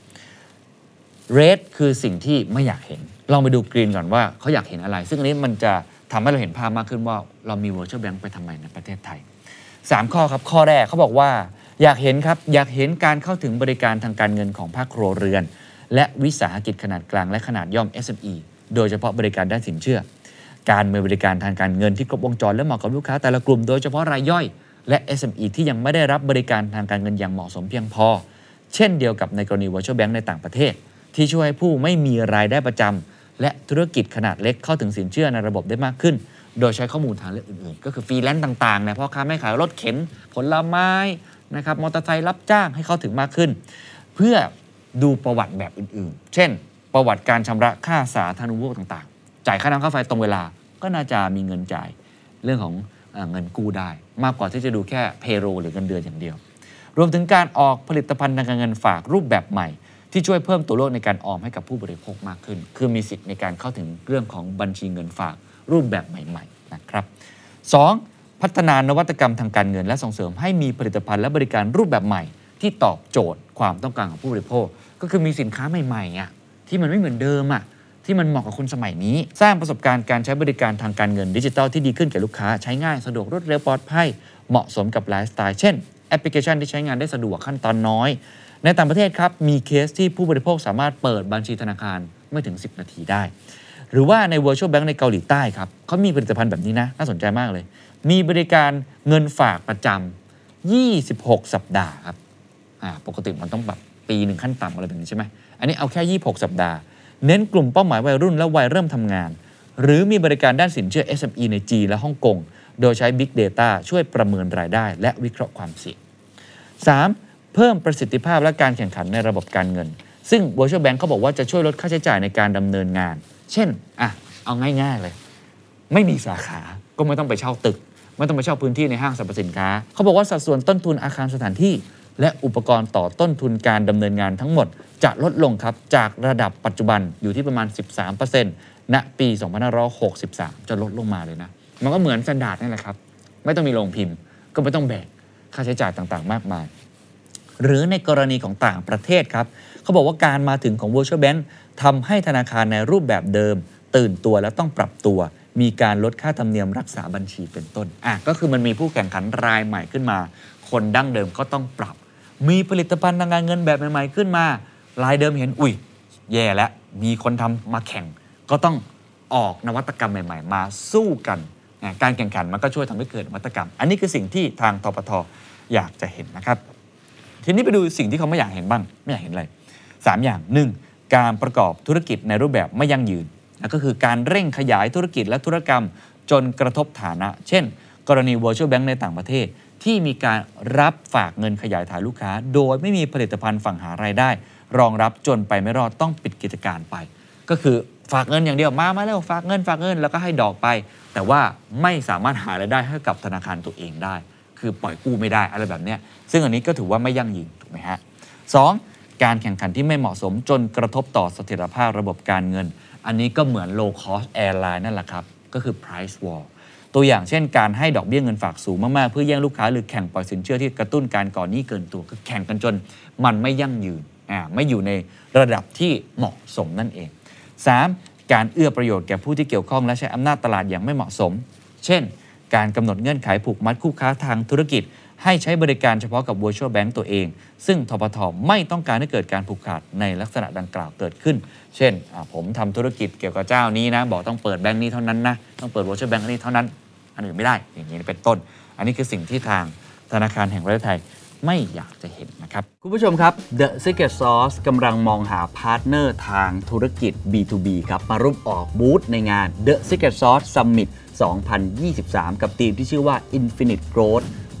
Red คือสิ่งที่ไม่อยากเห็นลองไปดู Green ก่อนว่าเขาอยากเห็นอะไรซึ่งอันนี้มันจะทำให้เราเห็นภาพมากขึ้นว่าเรามี Virtual Bank ไปทำไมในประเทศไทยสามข้อครับข้อแรกเขาบอกว่าอยากเห็นครับอยากเห็นการเข้าถึงบริการทางการเงินของภาคครัวเรือนและวิสาหกิจขนาดกลางและขนาดย่อม เอส เอ็ม อี โดยเฉพาะบริการด้านสินเชื่อการมีบริการทางการเงินที่ครบวงจรและเหมาะกับลูกค้าแต่ละกลุ่มโดยเฉพาะรายย่อยและ เอส เอ็ม อี ที่ยังไม่ได้รับบริการทางการเงินอย่างเหมาะสมเพียงพอเช่นเดียวกับในกรณี Virtual Bank ในต่างประเทศที่ช่วยให้ผู้ไม่มีรายได้ประจำและธุรกิจขนาดเล็กเข้าถึงสินเชื่อในระบบได้มากขึ้นโดยใช้ข้อมูลทางเลือกอื่นๆก็คือฟรีแลนซ์ต่างๆนะพ่อค้าแม่ขายรถเข็นผลไม้นะครับมอเตอร์ไซค์รับจ้างให้เข้าถึงมากขึ้นเพื่อดูประวัติแบบอื่นๆเช่นประวัติการชำระค่าสาธารณูปโภคต่างๆจ่ายค่าน้ำค่าไฟตรงเวลาก็น่าจะมีเงินจ่ายเรื่องของเอ่อเงินกู้ได้มากกว่าที่จะดูแค่เพโรหรือเงินเดือนอย่างเดียวรวมถึงการออกผลิตภัณฑ์ทางการเงินฝากรูปแบบใหม่ที่ช่วยเพิ่มตัวเลือกในการออมให้กับผู้บริโภคมากขึ้นคือมีสิทธิ์ในการเข้าถึงเรื่องของบัญชีเงินฝากรูปแบบใหม่ๆนะครับสองพัฒนานวัตกรรมทางการเงินและส่งเสริมให้มีผลิตภัณฑ์และบริการรูปแบบใหม่ที่ตอบโจทย์ความต้องการของผู้บริโภคก็คือมีสินค้าใหม่ๆอ่ะที่มันไม่เหมือนเดิมอ่ะที่มันเหมาะกับคนสมัยนี้สร้างประสบการณ์การใช้บริการทางการเงินดิจิทัลที่ดีขึ้นแก่ลูกค้าใช้ง่ายสะดวกรวดเร็วปลอดภัยเหมาะสมกับไลฟ์สไตล์เช่นแอปพลิเคชันที่ใช้งานได้สะดวกขั้นตอนน้อยในต่างประเทศครับมีเคสที่ผู้บริโภคสามารถเปิดบัญชีธนาคารไม่ถึงสิบนาทีได้หรือว่าใน Virtual Bank ในเกาหลีใต้ครับเขามีผลิตภัณฑ์แบบนี้นะน่าสนใจมากเลยมีบริการเงินฝากประจำยี่สิบหกสัปดาห์ครับอ่าปกติมันต้องแบบปีหนึ่งขั้นต่ำอะไรแบบนี้ใช่ไหมอันนี้เอาแค่ยี่สิบหกสัปดาห์เน้นกลุ่มเป้าหมายวัยรุ่นและวัยเริ่มทำงานหรือมีบริการด้านสินเชื่อ เอส เอ็ม อี ในจีนและฮ่องกงโดยใช้ Big Data ช่วยประเมินรายได้และวิเคราะห์ความเสี่ยง สาม. เพิ่มประสิทธิภาพและการแข่งขันในระบบการเงินซึ่ง Virtual Bank เขาบอกว่าจะช่วยลดค่าใช้จ่ายในการดำเนินงานเช่นอ่ะเอาง่ายๆเลยไม่มีสาขาก็ไม่ต้องไปเช่าตึกไม่ต้องไปเช่าพื้นที่ในห้างสรรพสินค้าเขาบอกว่าสัดส่วนต้นทุนอาคารสถานที่และอุปกรณ์ต่อต้นทุนการดำเนินงานทั้งหมดจะลดลงครับจากระดับปัจจุบันอยู่ที่ประมาณ สิบสามเปอร์เซ็นต์ ณ ปี สองพันห้าร้อยหกสิบสาม จะลดลงมาเลยนะมันก็เหมือนสแตนดาร์ดนี่แหละครับไม่ต้องมีโรงพิมพ์ก็ไม่ต้องแบกค่าใช้จ่ายต่างๆมากมายหรือในกรณีของต่างประเทศครับเขาบอกว่าการมาถึงของ Virtual Bank ทำให้ธนาคารในรูปแบบเดิมตื่นตัวและต้องปรับตัวมีการลดค่าธรรมเนียมรักษาบัญชีเป็นต้นอ่ะก็คือมันมีผู้แข่งขันรายใหม่ขึ้นมาคนดั้งเดิมก็ต้องปรับมีผลิตภัณฑ์ทางการเงินแบบใหม่ๆขึ้นมารายเดิมเห็นอุ้ยแย่แล้วมีคนทำมาแข่งก็ต้องออกนวัตกรรมใหม่ๆมาสู้กันการแข่งขันมันก็ช่วยทำให้เกิดนวัตกรรมอันนี้คือสิ่งที่ทางธปท.อยากจะเห็นนะครับทีนี้ไปดูสิ่งที่เขาไม่อยากเห็นบ้างไม่อยากเห็นอะไรสามอย่างหนึ่งการประกอบธุรกิจในรูปแบบไม่ยั่งยืนนั่นก็คือการเร่งขยายธุรกิจและธุรกรรมจนกระทบฐานะเช่นกรณี Virtual Bank ในต่างประเทศที่มีการรับฝากเงินขยายฐานลูกค้าโดยไม่มีผลิตภัณฑ์ฝั่งหารายได้รองรับจนไปไม่รอดต้องปิดกิจการไปก็คือฝากเงินอย่างเดียวมามาแล้วฝากเงินฝากเงินแล้วก็ให้ดอกไปแต่ว่าไม่สามารถหารายได้ให้กับธนาคารตัวเองได้คือปล่อยกู้ไม่ได้อะไรแบบนี้ซึ่งอันนี้ก็ถือว่าไม่ยั่งยืนถูกไหมฮะสองการแข่งขันที่ไม่เหมาะสมจนกระทบต่อเสถียรภาพระบบการเงินอันนี้ก็เหมือน low cost airline นั่นแหละครับก็คือ price war ตัวอย่างเช่นการให้ดอกเบี้ยเงินฝากสูงมากๆเพื่อแย่งลูกค้าหรือแข่งปล่อยสินเชื่อที่กระตุ้นการก่อหนี้เกินตัวคือแข่งกันจนมันไม่ยั่งยืนอ่าไม่อยู่ในระดับที่เหมาะสมนั่นเอง สาม. การเอื้อประโยชน์แก่ผู้ที่เกี่ยวข้องและใช้อำนาจตลาดอย่างไม่เหมาะสมเช่นการกำหนดเงื่อนไขผูกมัดคู่ค้าทางธุรกิจให้ใช้บริการเฉพาะกับ Virtual Bank ตัวเองซึ่งธปท.ไม่ต้องการให้เกิดการผูกขาดในลักษณะดังกล่าวเกิดขึ้นเช่นผมทำธุรกิจเกี่ยวกับเจ้านี้นะบอกต้องเปิดแบงค์นี้เท่านั้นนะต้องเปิด Virtual Bank นี้เท่านั้นอันอื่นไม่ได้อย่างนี้เป็นต้นอันนี้คือสิ่งที่ทางธนาคารแห่งประเทศไทยไม่อยากจะเห็นนะครับคุณผู้ชมครับ The Secret Sauce กำลังมองหาพาร์ทเนอร์ทางธุรกิจ บี ทู บี ครับมาร่วมออกบูธในงาน The Secret Sauce Summit สองพันยี่สิบสาม กับธีมที่ชื่อว่า Infinite Growth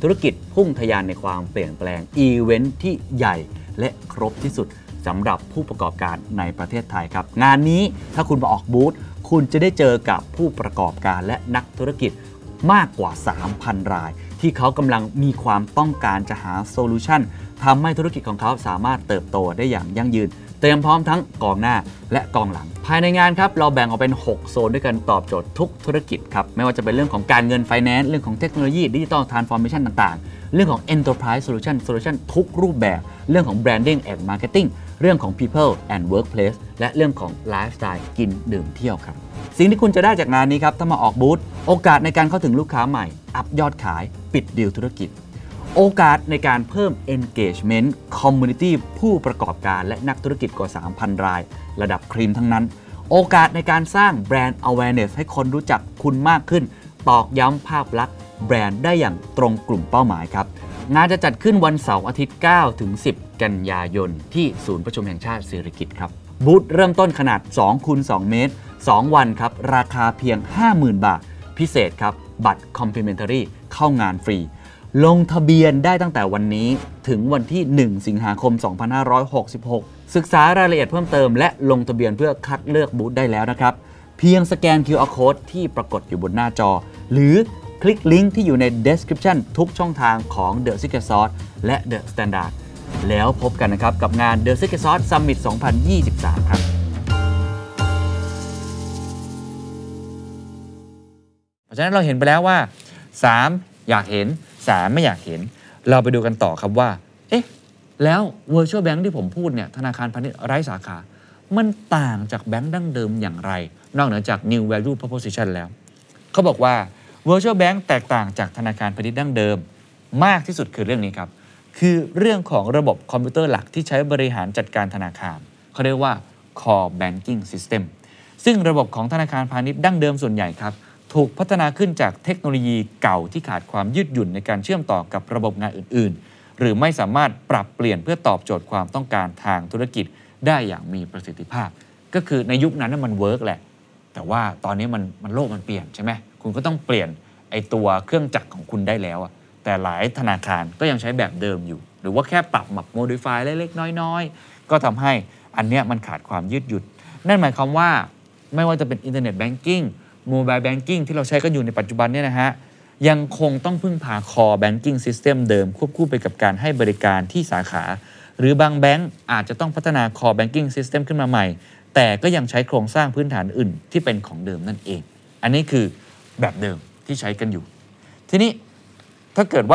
ธุรกิจพุ่งทะยานในความเปลี่ยนแปลงอีเวนท์ที่ใหญ่และครบที่สุดสำหรับผู้ประกอบการในประเทศไทยครับงานนี้ถ้าคุณมาออกบูธคุณจะได้เจอกับผู้ประกอบการและนักธุรกิจมากกว่า สามพัน รายที่เขากำลังมีความต้องการจะหาโซลูชันทำให้ธุรกิจของเขาสามารถเติบโตได้อย่างยั่งยืนเตรียมพร้อมทั้งกองหน้าและกองหลังภายในงานครับเราแบ่งออกเป็นหกโซนด้วยกันตอบโจทย์ทุกธุรกิจครับไม่ว่าจะเป็นเรื่องของการเงินไฟแนนซ์เรื่องของเทคโนโลยีดิจิทัลทรานส์ฟอร์เมชันต่างๆเรื่องของ Enterprise Solution Solution ทุกรูปแบบเรื่องของ Branding and Marketing เรื่องของ People and Workplace และเรื่องของ Lifestyle กินดื่มเที่ยวครับสิ่งที่คุณจะได้จากงานนี้ครับถ้ามาออกบูธโอกาสในการเข้าถึงลูกค้าใหม่อัพยอดขายปิดดีลธุรกิจโอกาสในการเพิ่ม engagement community ผู้ประกอบการและนักธุรกิจกว่า สามพัน รายระดับครีมทั้งนั้นโอกาสในการสร้าง brand awareness ให้คนรู้จักคุณมากขึ้นตอกย้ำภาพลักษณ์แบรนด์ได้อย่างตรงกลุ่มเป้าหมายครับงานจะจัดขึ้นวันเสาร์อาทิตย์ เก้าถึงสิบ กันยายนที่ศูนย์ประชุมแห่งชาติสิริกิติ์ครับบูธเริ่มต้นขนาด สองคูณสอง เมตร สอง วันครับราคาเพียง ห้าหมื่น บาทพิเศษครับบัตร complimentary เข้างานฟรีลงทะเบียนได้ตั้งแต่วันนี้ถึงวันที่ หนึ่ง สิงหาคม สองพันห้าร้อยหกสิบหก ศึกษารายละเอียดเพิ่มเติมและลงทะเบียนเพื่อคัดเลือกบูธได้แล้วนะครับเพียงสแกน คิว อาร์ Code ที่ปรากฏอยู่บนหน้าจอหรือคลิกลิงก์ที่อยู่ใน description ทุกช่องทางของ The Secret Sauce และ The Standard แล้วพบกันนะครับกับงาน The Secret Sauce Summit สองพันยี่สิบสาม ครับเพราะฉะนั้นเราเห็นไปแล้วว่าสามอยากเห็นสามไม่อยากเห็นเราไปดูกันต่อครับว่าเอ๊ะแล้ว Virtual Bank ที่ผมพูดเนี่ยธนาคารพาณิชย์ไร้สาขามันต่างจากแบงค์ดั้งเดิมอย่างไรนอกเหนือจาก New Value Proposition แล้วเขาบอกว่า Virtual Bank แตกต่างจากธนาคารพาณิชย์ดั้งเดิมมากที่สุดคือเรื่องนี้ครับคือเรื่องของระบบคอมพิวเตอร์หลักที่ใช้บริหารจัดการธนาคารเขาเรียกว่า Core Banking System ซึ่งระบบของธนาคารพาณิชย์ดั้งเดิมส่วนใหญ่ครับถูกพัฒนาขึ้นจากเทคโนโลยีเก่าที่ขาดความยืดหยุ่นในการเชื่อมต่อกับระบบงานอื่นๆหรือไม่สามารถปรับเปลี่ยนเพื่อตอบโจทย์ความต้องการทางธุรกิจได้อย่างมีประสิทธิภาพก็คือในยุคนั้นมันเวิร์กแหละแต่ว่าตอนนี้มันมันโลกมันเปลี่ยนใช่ไหมคุณก็ต้องเปลี่ยนไอตัวเครื่องจักรของคุณได้แล้วแต่หลายธนาคารก็ยังใช้แบบเดิมอยู่หรือว่าแค่ปรับแบบโมดิฟายเล็กๆน้อยๆก็ทำให้อันเนี้ยมันขาดความยืดหยุ่นนั่นหมายความว่าไม่ว่าจะเป็นอินเทอร์เน็ตแบงกิ้งโมบายแบงกิ้งที่เราใช้กันอยู่ในปัจจุบันเนี่ยนะฮะยังคงต้องพึ่งพา Core Banking System เดิมควบคู่ไปกับการให้บริการที่สาขาหรือบางแบงก์อาจจะต้องพัฒนา Core Banking System ขึ้นมาใหม่แต่ก็ยังใช้โครงสร้างพื้นฐานอื่นที่เป็นของเดิมนั่นเองอันนี้คือแบบเดิมที่ใช้กันอยู่ทีนี้ถ้าเกิดว่า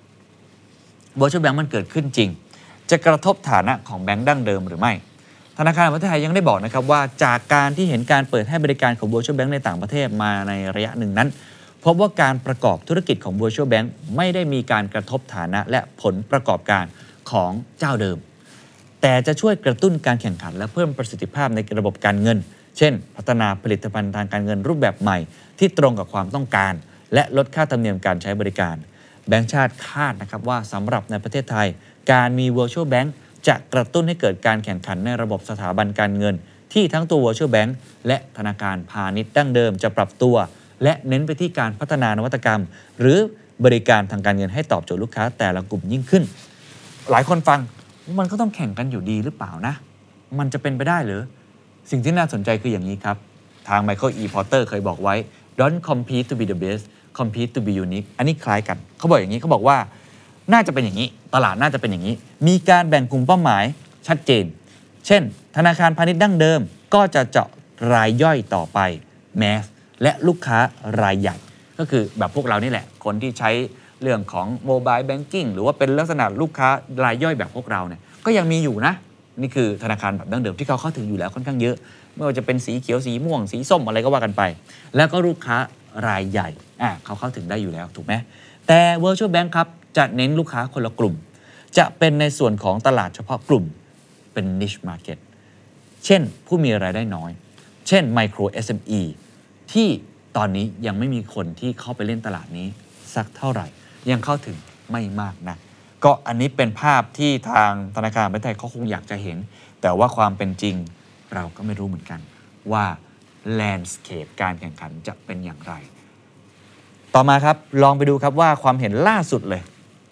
Virtual Bank มันเกิดขึ้นจริงจะกระทบฐานะของแบงก์ดั้งเดิมหรือไม่ธนาคารแห่งประเทศไทยยังได้บอกนะครับว่าจากการที่เห็นการเปิดให้บริการของ Virtual Bank ในต่างประเทศมาในระยะหนึ่งนั้นพบว่าการประกอบธุรกิจของ Virtual Bank ไม่ได้มีการกระทบฐานะและผลประกอบการของเจ้าเดิมแต่จะช่วยกระตุ้นการแข่งขันและเพิ่มประสิทธิภาพในระบบการเงินเช่นพัฒนาผลิตภัณฑ์ทางการเงินรูปแบบใหม่ที่ตรงกับความต้องการและลดค่าธรรมเนียมการใช้บริการแบงก์ชาติคาดนะครับว่าสำหรับในประเทศไทยการมี Virtual Bankจะกระตุ้นให้เกิดการแข่งขันในระบบสถาบันการเงินที่ทั้งตัว Virtual Bank และธนาคารพาณิชย์ดั้งเดิมจะปรับตัวและเน้นไปที่การพัฒนานวัตกรรมหรือบริการทางการเงินให้ตอบโจทย์ลูกค้าแต่ละกลุ่มยิ่งขึ้นหลายคนฟังมันก็ต้องแข่งกันอยู่ดีหรือเปล่านะมันจะเป็นไปได้หรือสิ่งที่น่าสนใจคืออย่างนี้ครับทาง Michael E. Porter เคยบอกไว้ Don't compete to be the best compete to be unique อันนี้คล้ายกันเขาบอกอย่างนี้เขาบอกว่าน่าจะเป็นอย่างนี้ตลาดน่าจะเป็นอย่างนี้มีการแบ่งกลุ่มเป้าหมายชัดเจนเช่นธนาคารพาณิชย์ดั้งเดิมก็จะเจาะรายย่อยต่อไปแมสและลูกค้ารายใหญ่ก็คือแบบพวกเรานี่แหละคนที่ใช้เรื่องของโมบายแบงกิ้งหรือว่าเป็นลักษณะลูกค้ารายย่อยแบบพวกเราเนี่ยก็ยังมีอยู่นะนี่คือธนาคารแบบดั้งเดิมที่เขาเข้าถึงอยู่แล้วค่อนข้างเยอะไม่ว่าจะเป็นสีเขียวสีม่วงสีส้มอะไรก็ว่ากันไปแล้วก็ลูกค้ารายใหญ่อ่ะเขาเข้าถึงได้อยู่แล้วถูกไหมแต่ Virtual Bank ครับจะเน้นลูกค้าคนละกลุ่มจะเป็นในส่วนของตลาดเฉพาะกลุ่มเป็น niche market เช่นผู้มีรายได้น้อยเช่น micro เอส เอ็ม อี ที่ตอนนี้ยังไม่มีคนที่เข้าไปเล่นตลาดนี้สักเท่าไหร่ยังเข้าถึงไม่มากนะก็อันนี้เป็นภาพที่ทางธนาคารแห่งประเทศไทยเขาคงอยากจะเห็นแต่ว่าความเป็นจริงเราก็ไม่รู้เหมือนกันว่า landscape การแข่งขันจะเป็นอย่างไรต่อมาครับลองไปดูครับว่าความเห็นล่าสุดเลย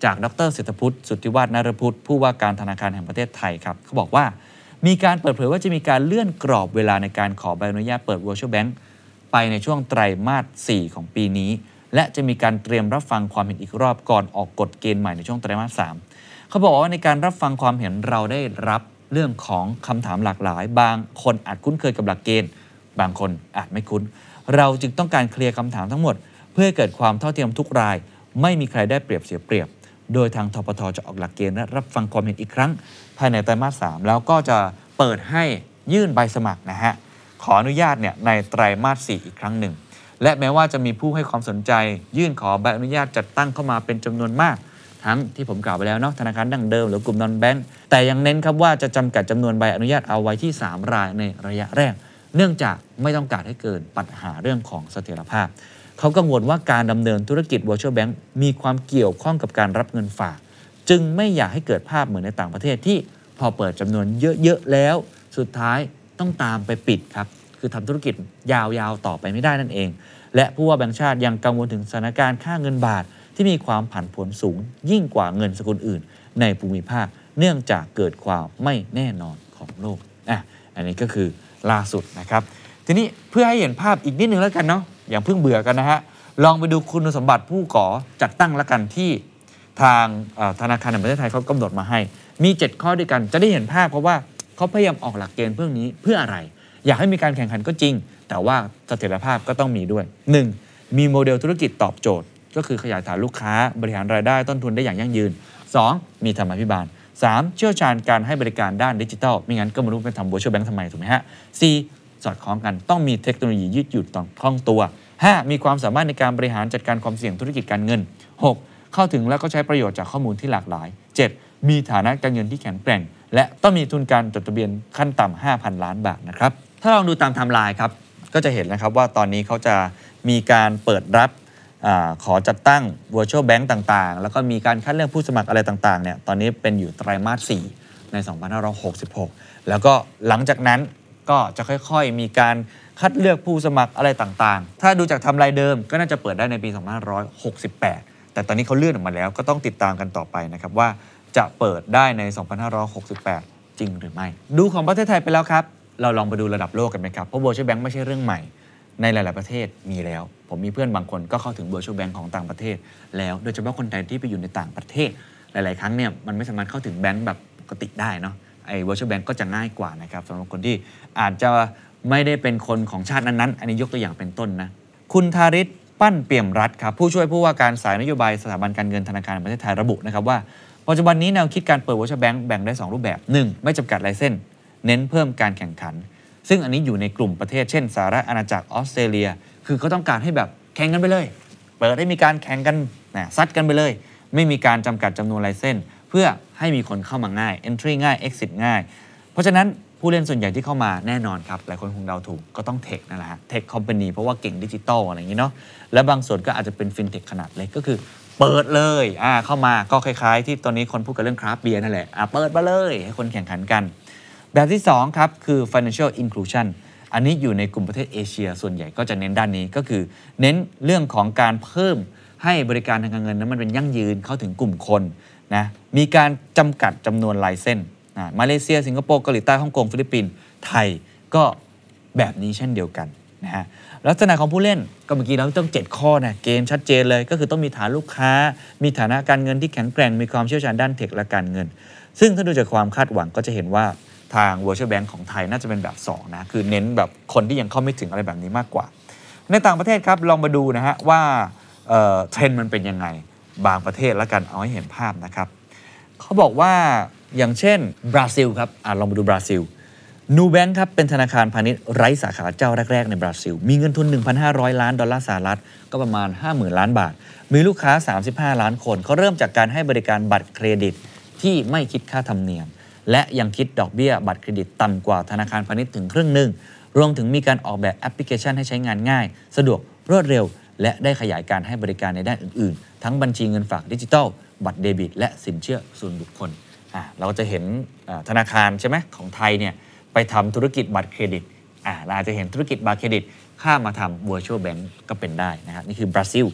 จากดร.เศรษฐพุทธสุทธิวาฒนฤพุทธผู้ว่าการธนาคารแห่งประเทศไทยครับเขาบอกว่ามีการเปิดเผยว่าจะมีการเลื่อนกรอบเวลาในการขอใบอนุญาตเปิด Virtual Bank ไปในช่วงไตรมาสสี่ของปีนี้และจะมีการเตรียมรับฟังความเห็นอีกรอบก่อนออกกฎเกณฑ์ใหม่ในช่วงไตรมาสสามเขาบอกว่าในการรับฟังความเห็นเราได้รับเรื่องของคำถามหลากหลายบางคนอาจคุ้นเคยกับหลักเกณฑ์บางคนอาจไม่คุ้นเราจึงต้องการเคลียร์คำถามทั้งหมดเพื่อให้เกิดความเท่าเทียมทุกรายไม่มีใครได้เปรียบเสียเปรียบโดยทางธปท.จะออกหลักเกณฑ์และรับฟังความเห็นอีกครั้งภายในไตรมาสสามแล้วก็จะเปิดให้ยื่นใบสมัครนะฮะขออนุญาตเนี่ยในไตรมาสสี่อีกครั้งหนึ่งและแม้ว่าจะมีผู้ให้ความสนใจยื่นขอใบอนุญาตจัดตั้งเข้ามาเป็นจำนวนมากทั้งที่ผมกล่าวไปแล้วเนาะธนาคารดั้งเดิมหรือกลุ่มนอนแบงก์แต่ยังเน้นครับว่าจะจำกัดจำนวนใบอนุญาตเอาไว้ที่สามรายในระยะแรกเนื่องจากไม่ต้องการให้เกิดปัญหาเรื่องของเสถียรภาพเขากังวลว่าการดำเนินธุรกิจ Virtual Bank มีความเกี่ยวข้องกับการรับเงินฝากจึงไม่อยากให้เกิดภาพเหมือนในต่างประเทศที่พอเปิดจำนวนเยอะๆแล้วสุดท้ายต้องตามไปปิดครับคือทำธุรกิจยาวๆต่อไปไม่ได้นั่นเองและผู้ว่าแบงก์ชาติยังกังวลถึงสถานการณ์ค่าเงินบาทที่มีความผันผวนสูงยิ่งกว่าเงินสกุลอื่นในภูมิภาคเนื่องจากเกิดความไม่แน่นอนของโลกอ่ะอันนี้ก็คือล่าสุดนะครับทีนี้เพื่อให้เห็นภาพอีกนิดนึงแล้วกันเนาะอย่างเพิ่งเบื่อกันนะฮะลองไปดูคุณสมบัติผู้ก่อจัดตั้งแล้วกันที่ทางธนาคารแห่งประเทศไทยเขากำหนดมาให้มีเจ็ดข้อด้วยกันจะได้เห็นภาพเพราะว่าเขาพยายามออกหลักเกณฑ์เพื่อนี้เพื่ออะไรอยากให้มีการแข่งขันก็จริงแต่ว่าเสถียรภาพก็ต้องมีด้วย หนึ่ง มีโมเดลธุรกิจตอบโจทย์ก็คือขยายฐานลูกค้าบริหารรายได้ต้นทุนได้อย่างยั่งยืน สอง มีธรรมาภิบาล สาม เชี่ยวชาญการให้บริการด้านดิจิทัลไม่งั้นก็ไม่รู้ไปทำ Virtual Bank ทำไมถูกไหมฮะ สี่ สอดคล้องกันต้องมีเทคโนโลยียืดหยุ่นต่อคล่องตัว ห้า มีความสามารถในการบริหารจัดการความเสี่ยงธุรกิจการเงิน หก เข้าถึงและก็ใช้ประโยชน์จากข้อมูลที่หลากหลาย เจ็ด มีฐานะการเงินที่แข็งแกร่งและต้องมีทุนการจดทะเบียนขั้นต่ำ ห้าพัน ล้านบาทนะครับถ้าลองดูตามไทม์ไลน์ครับก็จะเห็นนะครับว่าตอนนี้เขาจะมีการเปิดรับอาขอจัดตั้ง Virtual Bank ต่างๆแล้วก็มีการคัดเลือกผู้สมัครอะไรต่างๆเนี่ยตอนนี้เป็นอยู่ไตรมาสสี่ในสองพันห้าร้อยหกสิบหกแล้วก็หลังจากนั้นก็จะค่อยๆมีการคัดเลือกผู้สมัครอะไรต่างๆถ้าดูจากไทม์ไลน์เดิมก็น่าจะเปิดได้ในปีสองพันห้าร้อยหกสิบแปดแต่ตอนนี้เขาเลื่อนออกมาแล้วก็ต้องติดตามกันต่อไปนะครับว่าจะเปิดได้ในสองพันห้าร้อยหกสิบแปดจริงหรือไม่ดูของประเทศไทยไปแล้วครับเราลองไปดูระดับโลกกันไหมครับเพราะ Virtual Bank ไม่ใช่เรื่องใหม่ในหลายๆประเทศมีแล้วผมมีเพื่อนบางคนก็เข้าถึง Virtual Bank ของต่างประเทศแล้วโดยเฉพาะคนไทยที่ไปอยู่ในต่างประเทศหลายๆครั้งเนี่ยมันไม่สามารถเข้าถึงแบงก์แบบปกติได้เนาะไอ้ Virtual Bank ก็จะง่ายกว่านะครับสำหรับคนที่อาจจะไม่ได้เป็นคนของชาตินั้นๆอันนี้ยกตัวอย่างเป็นต้นนะคุณธาริศปั้นเปี่ยมรัตน์ครับผู้ช่วยผู้ว่าการสายนโยบายสถาบันการเงินธนาคารแห่งประเทศไทยระบุนะครับว่าปัจจุบันนี้แนวคิดการเปิด Virtual Bank แบ่งได้สองรูปแบบ หนึ่ง ไม่จำกัดไลเซนส์เน้นเพิ่มการแข่งขันซึ่งอันนี้อยู่ในกลุ่มประเทศเช่นสหรัฐอาณาจักรออสเตรเลียคือเขาต้องการให้แบบแข่งกันไปเลยเปิดให้มีการแข่งกันนะซัดกันไปเลยไม่มีการจำกัดจำนวนไลเซนส์เพื่อให้มีคนเข้ามาง่าย entry ง่าย exit ง่ายเพราะฉะนั้นผู้เล่นส่วนใหญ่ที่เข้ามาแน่นอนครับหลายคนคงเดาถูกก็ต้องเทคนั่นแหละฮะเทคคอมพานีเพราะว่าเก่งดิจิตอลอะไรอย่างนี้เนาะและบางส่วนก็อาจจะเป็นฟินเทคขนาดเล็กก็คือเปิดเลยอ่าเข้ามาก็คล้ายๆที่ตอนนี้คนพูดกันเรื่องคราฟต์เบียร์นั่นแหละอ่าเปิดมาเลยให้คนแข่งขันกันแบบที่สองครับคือ financial inclusion อันนี้อยู่ในกลุ่มประเทศเอเชียส่วนใหญ่ก็จะเน้นด้านนี้ก็คือเน้นเรื่องของการเพิ่มให้บริการทางการเงินนั้นมันเป็นยั่งยืนเข้าถึงกลุ่มคนนะมีการจำกัดจำนวนไลเซนส์มาเลเซียสิงคโปร์เกาหลีใต้ฮ่องกงฟิลิปปินส์ไทยก็แบบนี้เช่นเดียวกันนะฮะลักษณะของผู้เล่นก็เมื่อกี้เราต้องเจ็ดข้อนะเกณฑ์ชัดเจนเลยก็คือต้องมีฐานลูกค้ามีฐานะการเงินที่แข็งแกร่งมีความเชี่ยวชาญด้านเทคและการเงินซึ่งถ้าดูจากความคาดหวังก็จะเห็นว่าทาง Virtual Bank ของไทยน่าจะเป็นแบบสองนะคือเน้นแบบคนที่ยังเข้าไม่ถึงอะไรแบบนี้มากกว่าในต่างประเทศครับลองมาดูนะฮะว่าเอ่อเทรนด์มันเป็นยังไงบางประเทศแล้วกันเอาให้เห็นภาพนะครับเขาบอกว่าอย่างเช่นบราซิลครับอ่ะลองมาดูบราซิลนูแบงค์ครับเป็นธนาคารพาณิชย์ไร้สาขาเจ้าแรกๆในบราซิลมีเงินทุน หนึ่งพันห้าร้อย ล้านดอลลาร์สหรัฐก็ประมาณ ห้าหมื่น ล้านบาทมีลูกค้าสามสิบห้าล้านคนเขาเริ่มจากการให้บริการบัตรเครดิตที่ไม่คิดค่าธรรมเนียมและยังคิดดอกเบี้ยบัตรเครดิตต่ำกว่าธนาคารพาณิชย์ถึงครึ่งหนึ่งรวมถึงมีการออกแบบแอปพลิเคชันให้ใช้งานง่ายสะดวกรวดเร็วและได้ขยายการให้บริการในด้านอื่นๆทั้งบัญชีเงินฝากดิจิทัลบัตรเดบิตและสินเชื่อส่วนบุคคลอ่ะเราจะเห็นธนาคารใช่ไหมของไทยเนี่ยไปทำธุรกิจบัตรเครดิตอ่าเราจะเห็นธุรกิจบัตรเครดิตข้ามมาทำ Virtual Bank ก็เป็นได้นะครับนี่คือบราซิล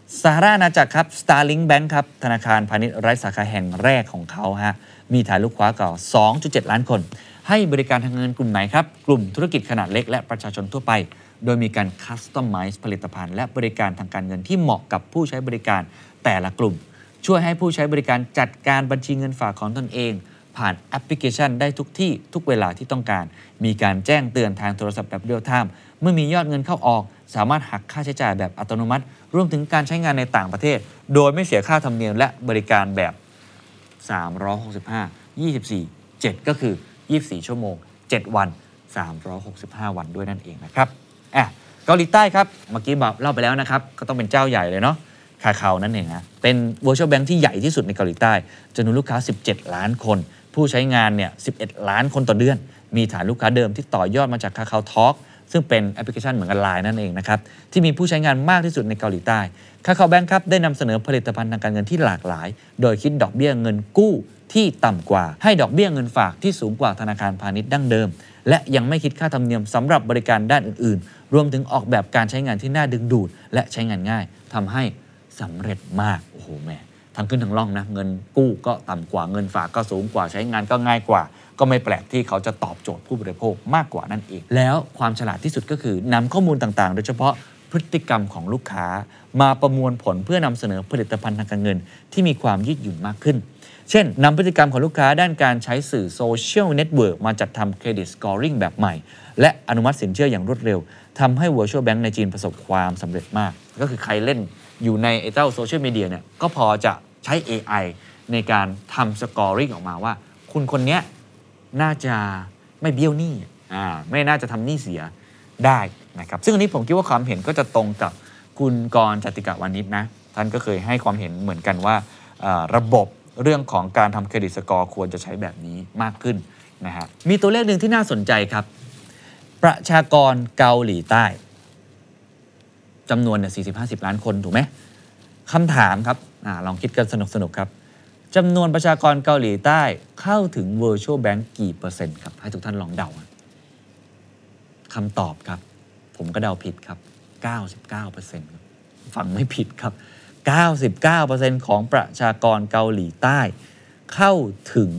สหราชอาณาจักรครับ Starling Bank ครับธนาคารพาณิชย์ไร้สาขาแห่งแรกของเขาฮะมีฐานลูกค้ากว่า สองจุดเจ็ด ล้านคนให้บริการทางเงินกลุ่มไหนครับกลุ่มธุรกิจขนาดเล็กและประชาชนทั่วไปโดยมีการคัสตอมไมซ์ผลิตภัณฑ์และบริการทางการเงินที่เหมาะกับผู้ใช้บริการแต่ละกลุ่มช่วยให้ผู้ใช้บริการจัดการบัญชีเงินฝากของตนเองผ่านแอปพลิเคชันได้ทุกที่ทุกเวลาที่ต้องการมีการแจ้งเตือนทางโทรศัพท์แบบเรียลไทม์เมื่อมียอดเงินเข้าออกสามารถหักค่าใช้จ่ายแบบอัตโนมัติรวมถึงการใช้งานในต่างประเทศโดยไม่เสียค่าธรรมเนียมและบริการแบบสามร้อยหกสิบห้า ยี่สิบสี่ เจ็ดก็คือยี่สิบสี่ชั่วโมงเจ็ดวันสามร้อยหกสิบห้าวันด้วยนั่นเองนะครับอ่ะเกาหลีใต้ครับเมื่อกี้บอกเล่าไปแล้วนะครับก็ต้องเป็นเจ้าใหญ่เลยเนาะคาคานั่นเองนะเป็น Virtual Bank ที่ใหญ่ที่สุดในเกาหลีใต้จำนวนลูกค้าสิบเจ็ดล้านคนผู้ใช้งานเนี่ยสิบเอ็ดล้านคนต่อเดือนมีฐานลูกค้าเดิมที่ต่อยอดมาจาก Kakao Talk ซึ่งเป็นแอปพลิเคชันเหมือนกัน ไลน์ นั่นเองนะครับที่มีผู้ใช้งานมากที่สุดในเกาหลีใต้ Kakao Bank ครับได้นำเสนอผลิตภัณฑ์ทางการเงินที่หลากหลายโดยคิดดอกเบี้ยเงินกู้ที่ต่ำกว่าให้ดอกเบี้ยเงินฝากที่สูงกว่าธนาคารพาณิชย์ดั้งเดิมและยังไม่คิดค่าธรรมเนียมสำหรับบริการด้านอื่นๆรวมถึงออกแบบการใช้งานที่น่าดึงดูดและใช้งานง่ายทำให้สำเร็จมากโอ้โหแม่ทั้งขึ้นทั้งล่องนะเงินกู้ก็ต่ำกว่าเงินฝากก็สูงกว่าใช้งานก็ง่ายกว่าก็ไม่แปลกที่เขาจะตอบโจทย์ผู้บริโภคมากกว่านั่นเองแล้วความฉลาดที่สุดก็คือนำข้อมูลต่างๆโดยเฉพาะพฤติกรรมของลูกค้ามาประมวลผลเพื่อนำเสนอผลิตภัณฑ์ทางการเงินที่มีความยืดหยุ่นมากขึ้นเช่นนำพฤติกรรมของลูกค้าด้านการใช้สื่อโซเชียลเน็ตเวิร์กมาจัดทำเครดิตสกอร์ริงแบบใหม่และอนุมัติสินเชื่ออย่างรวดเร็วทำให้ Virtual Bank ในจีนประสบความสำเร็จมากก็คือใครเล่นอยู่ในไอ้เจ้าโซเชียลมีเดียเนี่ยก็พอจะใช้ เอ ไอ ในการทำสกอร์ริงออกมาว่าคุณคนนี้น่าจะไม่เบี้ยวหนี้อ่าไม่น่าจะทำหนี้เสียได้นะครับซึ่งอันนี้ผมคิดว่าความเห็นก็จะตรงกับคุณกรณ์ จติกาวานิชนะท่านก็เคยให้ความเห็นเหมือนกันว่าระบบเรื่องของการทำเครดิตสกอร์ควรจะใช้แบบนี้มากขึ้นนะฮะมีตัวเลขหนึ่งที่น่าสนใจครับประชากรเกาหลีใต้จำนวนเนี่ย สี่สิบห้าสิบ ล้านคนถูกไหมคำถามครับอ่าลองคิดกันสนุกๆครับจำนวนประชากรเกาหลีใต้เข้าถึง Virtual Bank กี่เปอร์เซ็นต์ครับให้ทุกท่านลองเดาคำตอบครับผมก็เดาผิดครับ เก้าสิบเก้าเปอร์เซ็นต์ ครับฟังไม่ผิดครับ เก้าสิบเก้าเปอร์เซ็นต์ ของประชากรเกาหลีใต้เข้าถึง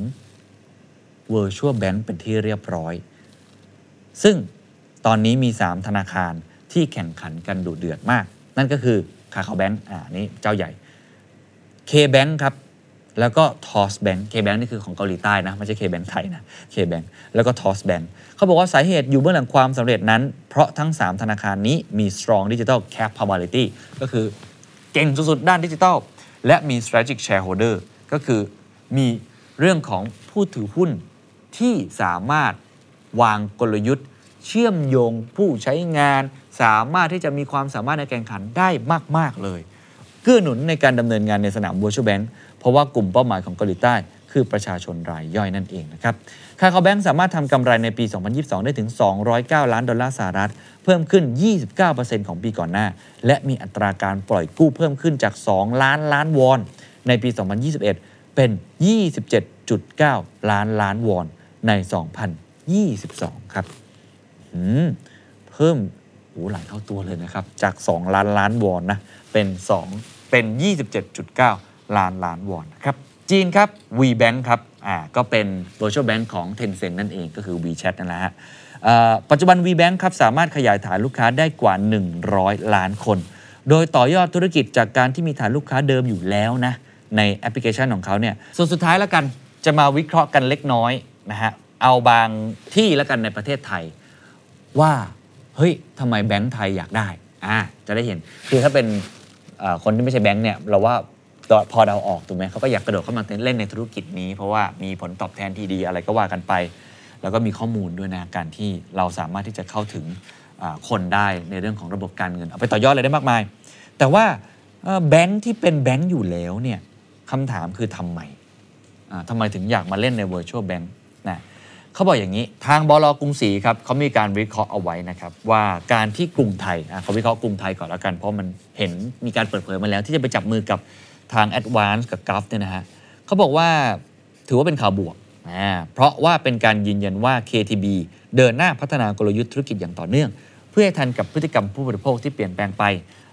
Virtual Bank เป็นที่เรียบร้อยซึ่งตอนนี้มีสามธนาคารที่แข่งขันกันดุเดือดมากนั่นก็คือ Kakao Bank อ่านี่เจ้าใหญ่ K-Bank ครับแล้วก็ Toss Bank K-Bank นี่คือของเกาหลีใต้นะไม่ใช่ K-Bank ไทยนะ K-Bank แล้วก็ Toss Bank เขาบอกว่าสาเหตุอยู่เบื้องหลังความสำเร็จนั้นเพราะทั้งสามธนาคารนี้มี strong digital capability ก็คือเก่งสุดๆด้านดิจิทัลและมี strategic shareholder ก็คือมีเรื่องของผู้ถือหุ้นที่สามารถวางกลยุทธ์เชื่อมโยงผู้ใช้งานสามารถที่จะมีความสามารถในการแข่งขันได้มากๆเลยเกื้อหนุนในการดำเนินงานในสนาม Virtual Bank เพราะว่ากลุ่มเป้าหมายของเกาหลีใต้คือประชาชนรายย่อยนั่นเองนะครับ Kakao Bank สามารถทำกำไรในปี สองพันยี่สิบสอง ได้ถึง สองร้อยเก้า ล้านดอลลาร์สหรัฐเพิ่มขึ้น ยี่สิบเก้าเปอร์เซ็นต์ ของปีก่อนหน้าและมีอัตราการปล่อยกู้เพิ่มขึ้นจาก สอง ล้านล้านวอนในปี สองพันยี่สิบเอ็ด เป็น ยี่สิบเจ็ดจุดเก้า ล้านล้านวอนใน สองพันยี่สิบสอง ครับเพิ่มโอ้หลายเท่าตัวเลยนะครับจากสองล้านล้านวอนนะเป็น2เป็น ยี่สิบเจ็ดจุดเก้า ล้านล้านวอนนะครับจีนครับ WeBank ครับอ่าก็เป็น Virtual Bank ของ Tencent นั่นเองก็คือ WeChat นั่นแหละฮะปัจจุบัน WeBank ครับสามารถขยายฐานลูกค้าได้กว่าหนึ่งร้อยล้านคนโดยต่อยอดธุรกิจจากการที่มีฐานลูกค้าเดิมอยู่แล้วนะในแอปพลิเคชันของเขาเนี่ยส่วนสุดท้ายแล้วกันจะมาวิเคราะห์กันเล็กน้อยนะฮะเอาบางที่แล้วกันในประเทศไทยว่าเฮ้ยทำไมแบงก์ไทยอยากได้อ่าจะได้เห็นคือถ้าเป็นคนที่ไม่ใช่แบงก์เนี่ยเราว่าพอเดาออกถูกไหมเขาก็อยากกระโดดเข้ามาเล่นในธุรกิจนี้เพราะว่ามีผลตอบแทนที่ดีอะไรก็ว่ากันไปแล้วก็มีข้อมูลด้วยนะการที่เราสามารถที่จะเข้าถึงคนได้ในเรื่องของระบบการเงินเอาไปต่อยอดอะไรได้มากมายแต่ว่าแบงก์ที่เป็นแบงก์อยู่แล้วเนี่ยคำถามคือทำไมทำไมถึงอยากมาเล่นใน Virtual Bank นะเขาบอกอย่างนี้ทางบล.กรุงศรีครับเขามีการวิเคราะห์เอาไว้นะครับว่าการที่กรุงไทยเขาวิเคราะห์กรุงไทยก่อนแล้วกันเพราะมันเห็นมีการเปิดเผยมาแล้วที่จะไปจับมือกับทาง Advance กับ Gulf เนี่ยนะฮะเขาบอกว่าถือว่าเป็นข่าวบวกนะเพราะว่าเป็นการยืนยันว่า เค ที บี เดินหน้าพัฒนากลยุทธ์ธุรกิจอย่างต่อเนื่องเพื่อให้ทันกับพฤติกรรมผู้บริโภคที่เปลี่ยนแปลงไป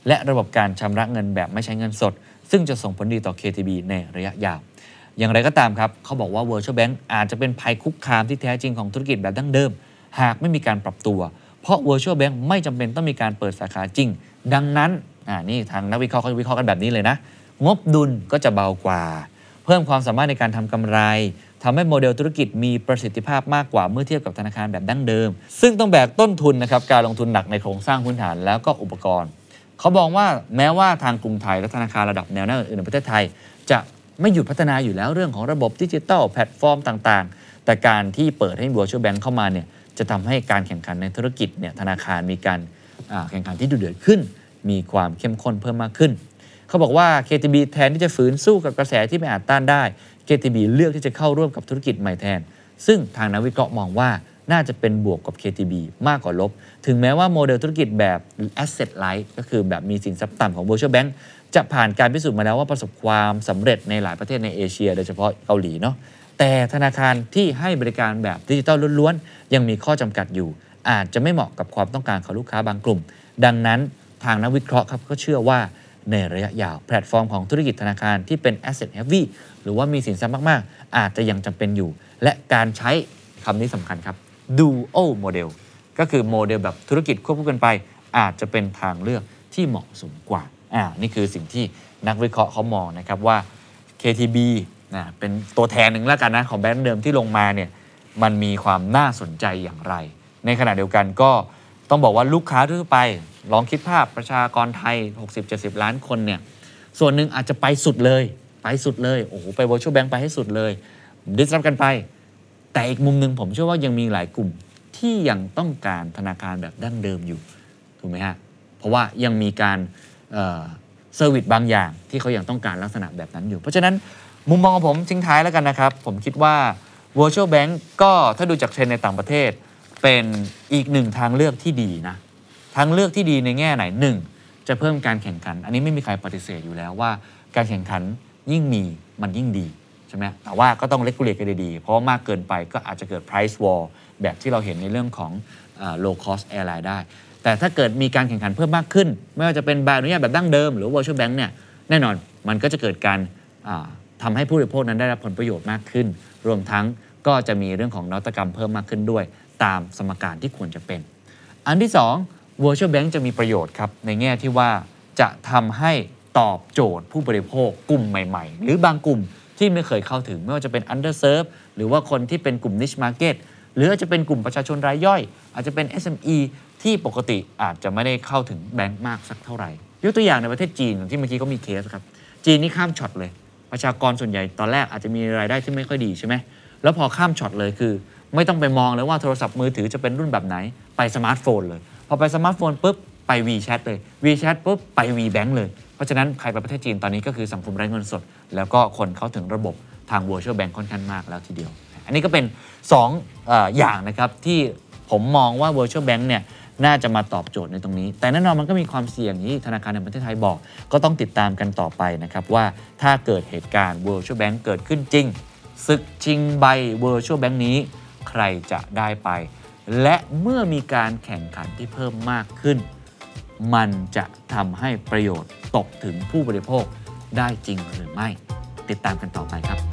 และระบบการชำระเงินแบบไม่ใช้เงินสดซึ่งจะส่งผลดีต่อ เค ที บี ในระยะยาวอย่างไรก็ตามครับเขาบอกว่า Virtual Bank อาจจะเป็นภัยคุกคามที่แท้จริงของธุรกิจแบบดั้งเดิมหากไม่มีการปรับตัวเพราะ Virtual Bank ไม่จำเป็นต้องมีการเปิดสาขาจริงดังนั้นอ่านี่ทางนักวิเคราะห์เขาจะวิเคราะห์กันแบบนี้เลยนะงบดุลก็จะเบากว่าเพิ่มความสามารถในการทำกำไรทำให้โมเดลธุรกิจมีประสิทธิภาพมากกว่าเมื่อเทียบกับธนาคารแบบดั้งเดิมซึ่งต้องแบกต้นทุนนะครับการลงทุนหนักในโครงสร้างพื้นฐานแล้วก็อุปกรณ์เขาบอกว่าแม้ว่าทางกรุงไทยและธนาคารระดับแนวหน้าอื่นในประเทศไทยจะไม่หยุดพัฒนาอยู่แล้วเรื่องของระบบดิจิทัลแพลตฟอร์มต่างๆแต่การที่เปิดให้ Virtual Bank เข้ามาเนี่ยจะทำให้การแข่งขันในธุรกิจเนี่ยธนาคารมีการแข่งขันที่ดุเดือดขึ้นมีความเข้มข้นเพิ่มมากขึ้นเขาบอกว่า เค ที บี แทนที่จะฝืนสู้กับกระแสที่ไม่อาจต้านได้ เค ที บี เลือกที่จะเข้าร่วมกับธุรกิจใหม่แทนซึ่งทางนักวิเคราะห์มองว่าน่าจะเป็นบวกกับ เค ที บี มากกว่าลบถึงแม้ว่าโมเดลธุรกิจแบบ Asset Light ก็คือแบบมีสินทรัพย์ต่ำของ Virtual Bank จะผ่านการพิสูจน์มาแล้วว่าประสบความสำเร็จในหลายประเทศในเอเชียโดยเฉพาะเกาหลีเนาะแต่ธนาคารที่ให้บริการแบบดิจิทัลล้วนๆยังมีข้อจำกัดอยู่อาจจะไม่เหมาะกับความต้องการของลูกค้าบางกลุ่มดังนั้นทางนักวิเคราะห์ครับก็เชื่อว่าในระยะยาวแพลตฟอร์มของธุรกิจธนาคารที่เป็น asset heavy หรือว่ามีสินทรัพย์มากๆอาจจะยังจำเป็นอยู่และการใช้คำนี้สำคัญครับ dual model ก็คือโมเดลแบบธุรกิจควบคู่กันไปอาจจะเป็นทางเลือกที่เหมาะสมกว่าอ่านี่คือสิ่งที่นักวิเคราะห์เขามองนะครับว่า เค ที บี นะเป็นตัวแทนหนึ่งแล้วกันนะของแบงก์เดิมที่ลงมาเนี่ยมันมีความน่าสนใจอย่างไรในขณะเดียวกันก็ต้องบอกว่าลูกค้าทั่วไปลองคิดภาพประชากรไทย หกสิบเจ็ดสิบ ล้านคนเนี่ยส่วนหนึ่งอาจจะไปสุดเลยไปสุดเลยโอ้โหไป Virtual Bank ไปให้สุดเลยดิสรับกันไปแต่อีกมุมนึงผมเชื่อว่ายังมีหลายกลุ่มที่ยังต้องการธนาคารแบบดั้งเดิมอยู่ถูกไหมฮะเพราะว่ายังมีการเอ่อเซอร์วิสบางอย่างที่เขายังต้องการลักษณะแบบนั้นอยู่เพราะฉะนั้นมุมมองของผมทิ้งท้ายแล้วกันนะครับผมคิดว่า Virtual Bank ก็ถ้าดูจากเทรนด์ในต่างประเทศเป็นอีกหนึ่งทางเลือกที่ดีนะทางเลือกที่ดีในแง่ไหนหนึ่งจะเพิ่มการแข่งขันอันนี้ไม่มีใครปฏิเสธอยู่แล้วว่าการแข่งขันยิ่งมีมันยิ่งดีใช่ไหมแต่ว่าก็ต้องเลกูเลตกันดีๆเพราะว่ามากเกินไปก็อาจจะเกิด price war แบบที่เราเห็นในเรื่องของ low cost airline ได้แต่ถ้าเกิดมีการแข่งขันเพิ่มมากขึ้นไม่ว่าจะเป็นใบอนุญาตแบบดั้งเดิมหรือ Virtual Bank เนี่ยแน่นอนมันก็จะเกิดการทำให้ผู้บริโภคนั้นได้รับผลประโยชน์มากขึ้นรวมทั้งก็จะมีเรื่องของนวัตกรรมเพิ่มมากขึ้นด้วยตามสมการที่ควรจะเป็นอันที่สอง Virtual Bank จะมีประโยชน์ครับในแง่ที่ว่าจะทำให้ตอบโจทย์ผู้บริโภคกลุ่มใหม่ๆหรือบางกลุ่มที่ไม่เคยเข้าถึงไม่ว่าจะเป็น underserved หรือว่าคนที่เป็นกลุ่ม niche market หรืออาจจะเป็นกลุ่มประชาชนรายย่อยอาจจะเป็น เอส เอ็ม อี ที่ปกติอาจจะไม่ได้เข้าถึงแบงก์มากสักเท่าไหร่ยกตัวอย่างในประเทศจีนที่เมื่อกี้ก็มีเคสครับจีนนี่ข้ามช็อตเลยประชากรส่วนใหญ่ตอนแรกอาจจะมีรายได้ที่ไม่ค่อยดีใช่ไหมแล้วพอข้ามช็อตเลยคือไม่ต้องไปมองเลยว่าโทรศัพท์มือถือจะเป็นรุ่นแบบไหนไปสมาร์ทโฟนเลยพอไปสมาร์ทโฟนปุ๊บไป WeChat เลย WeChat ปุ๊บไป WeBank เลยเพราะฉะนั้นใครไปประเทศจีนตอนนี้ก็คือสังคมไร้เงินสดแล้วก็คนเข้าถึงระบบทาง Virtual Bank ค่อนข้างมากแล้วทีเดียวอันนี้ก็เป็นสอง อ, อ, อย่างนะครับที่ผมมองว่า Virtual Bank เนี่ยน่าจะมาตอบโจทย์ในตรงนี้แต่แน่นอนมันก็มีความเสี่ยงที่ธนาคารแห่งประเทศไทยบอกก็ต้องติดตามกันต่อไปนะครับว่าถ้าเกิดเหตุการณ์ Virtual Bank เกิดขึ้นจริงศึกชิงใบ Virtual Bank นี้ใครจะได้ไปและเมื่อมีการแข่งขันที่เพิ่มมากขึ้นมันจะทำให้ประโยชน์ตกถึงผู้บริโภคได้จริงหรือไม่ติดตามกันต่อไปครับ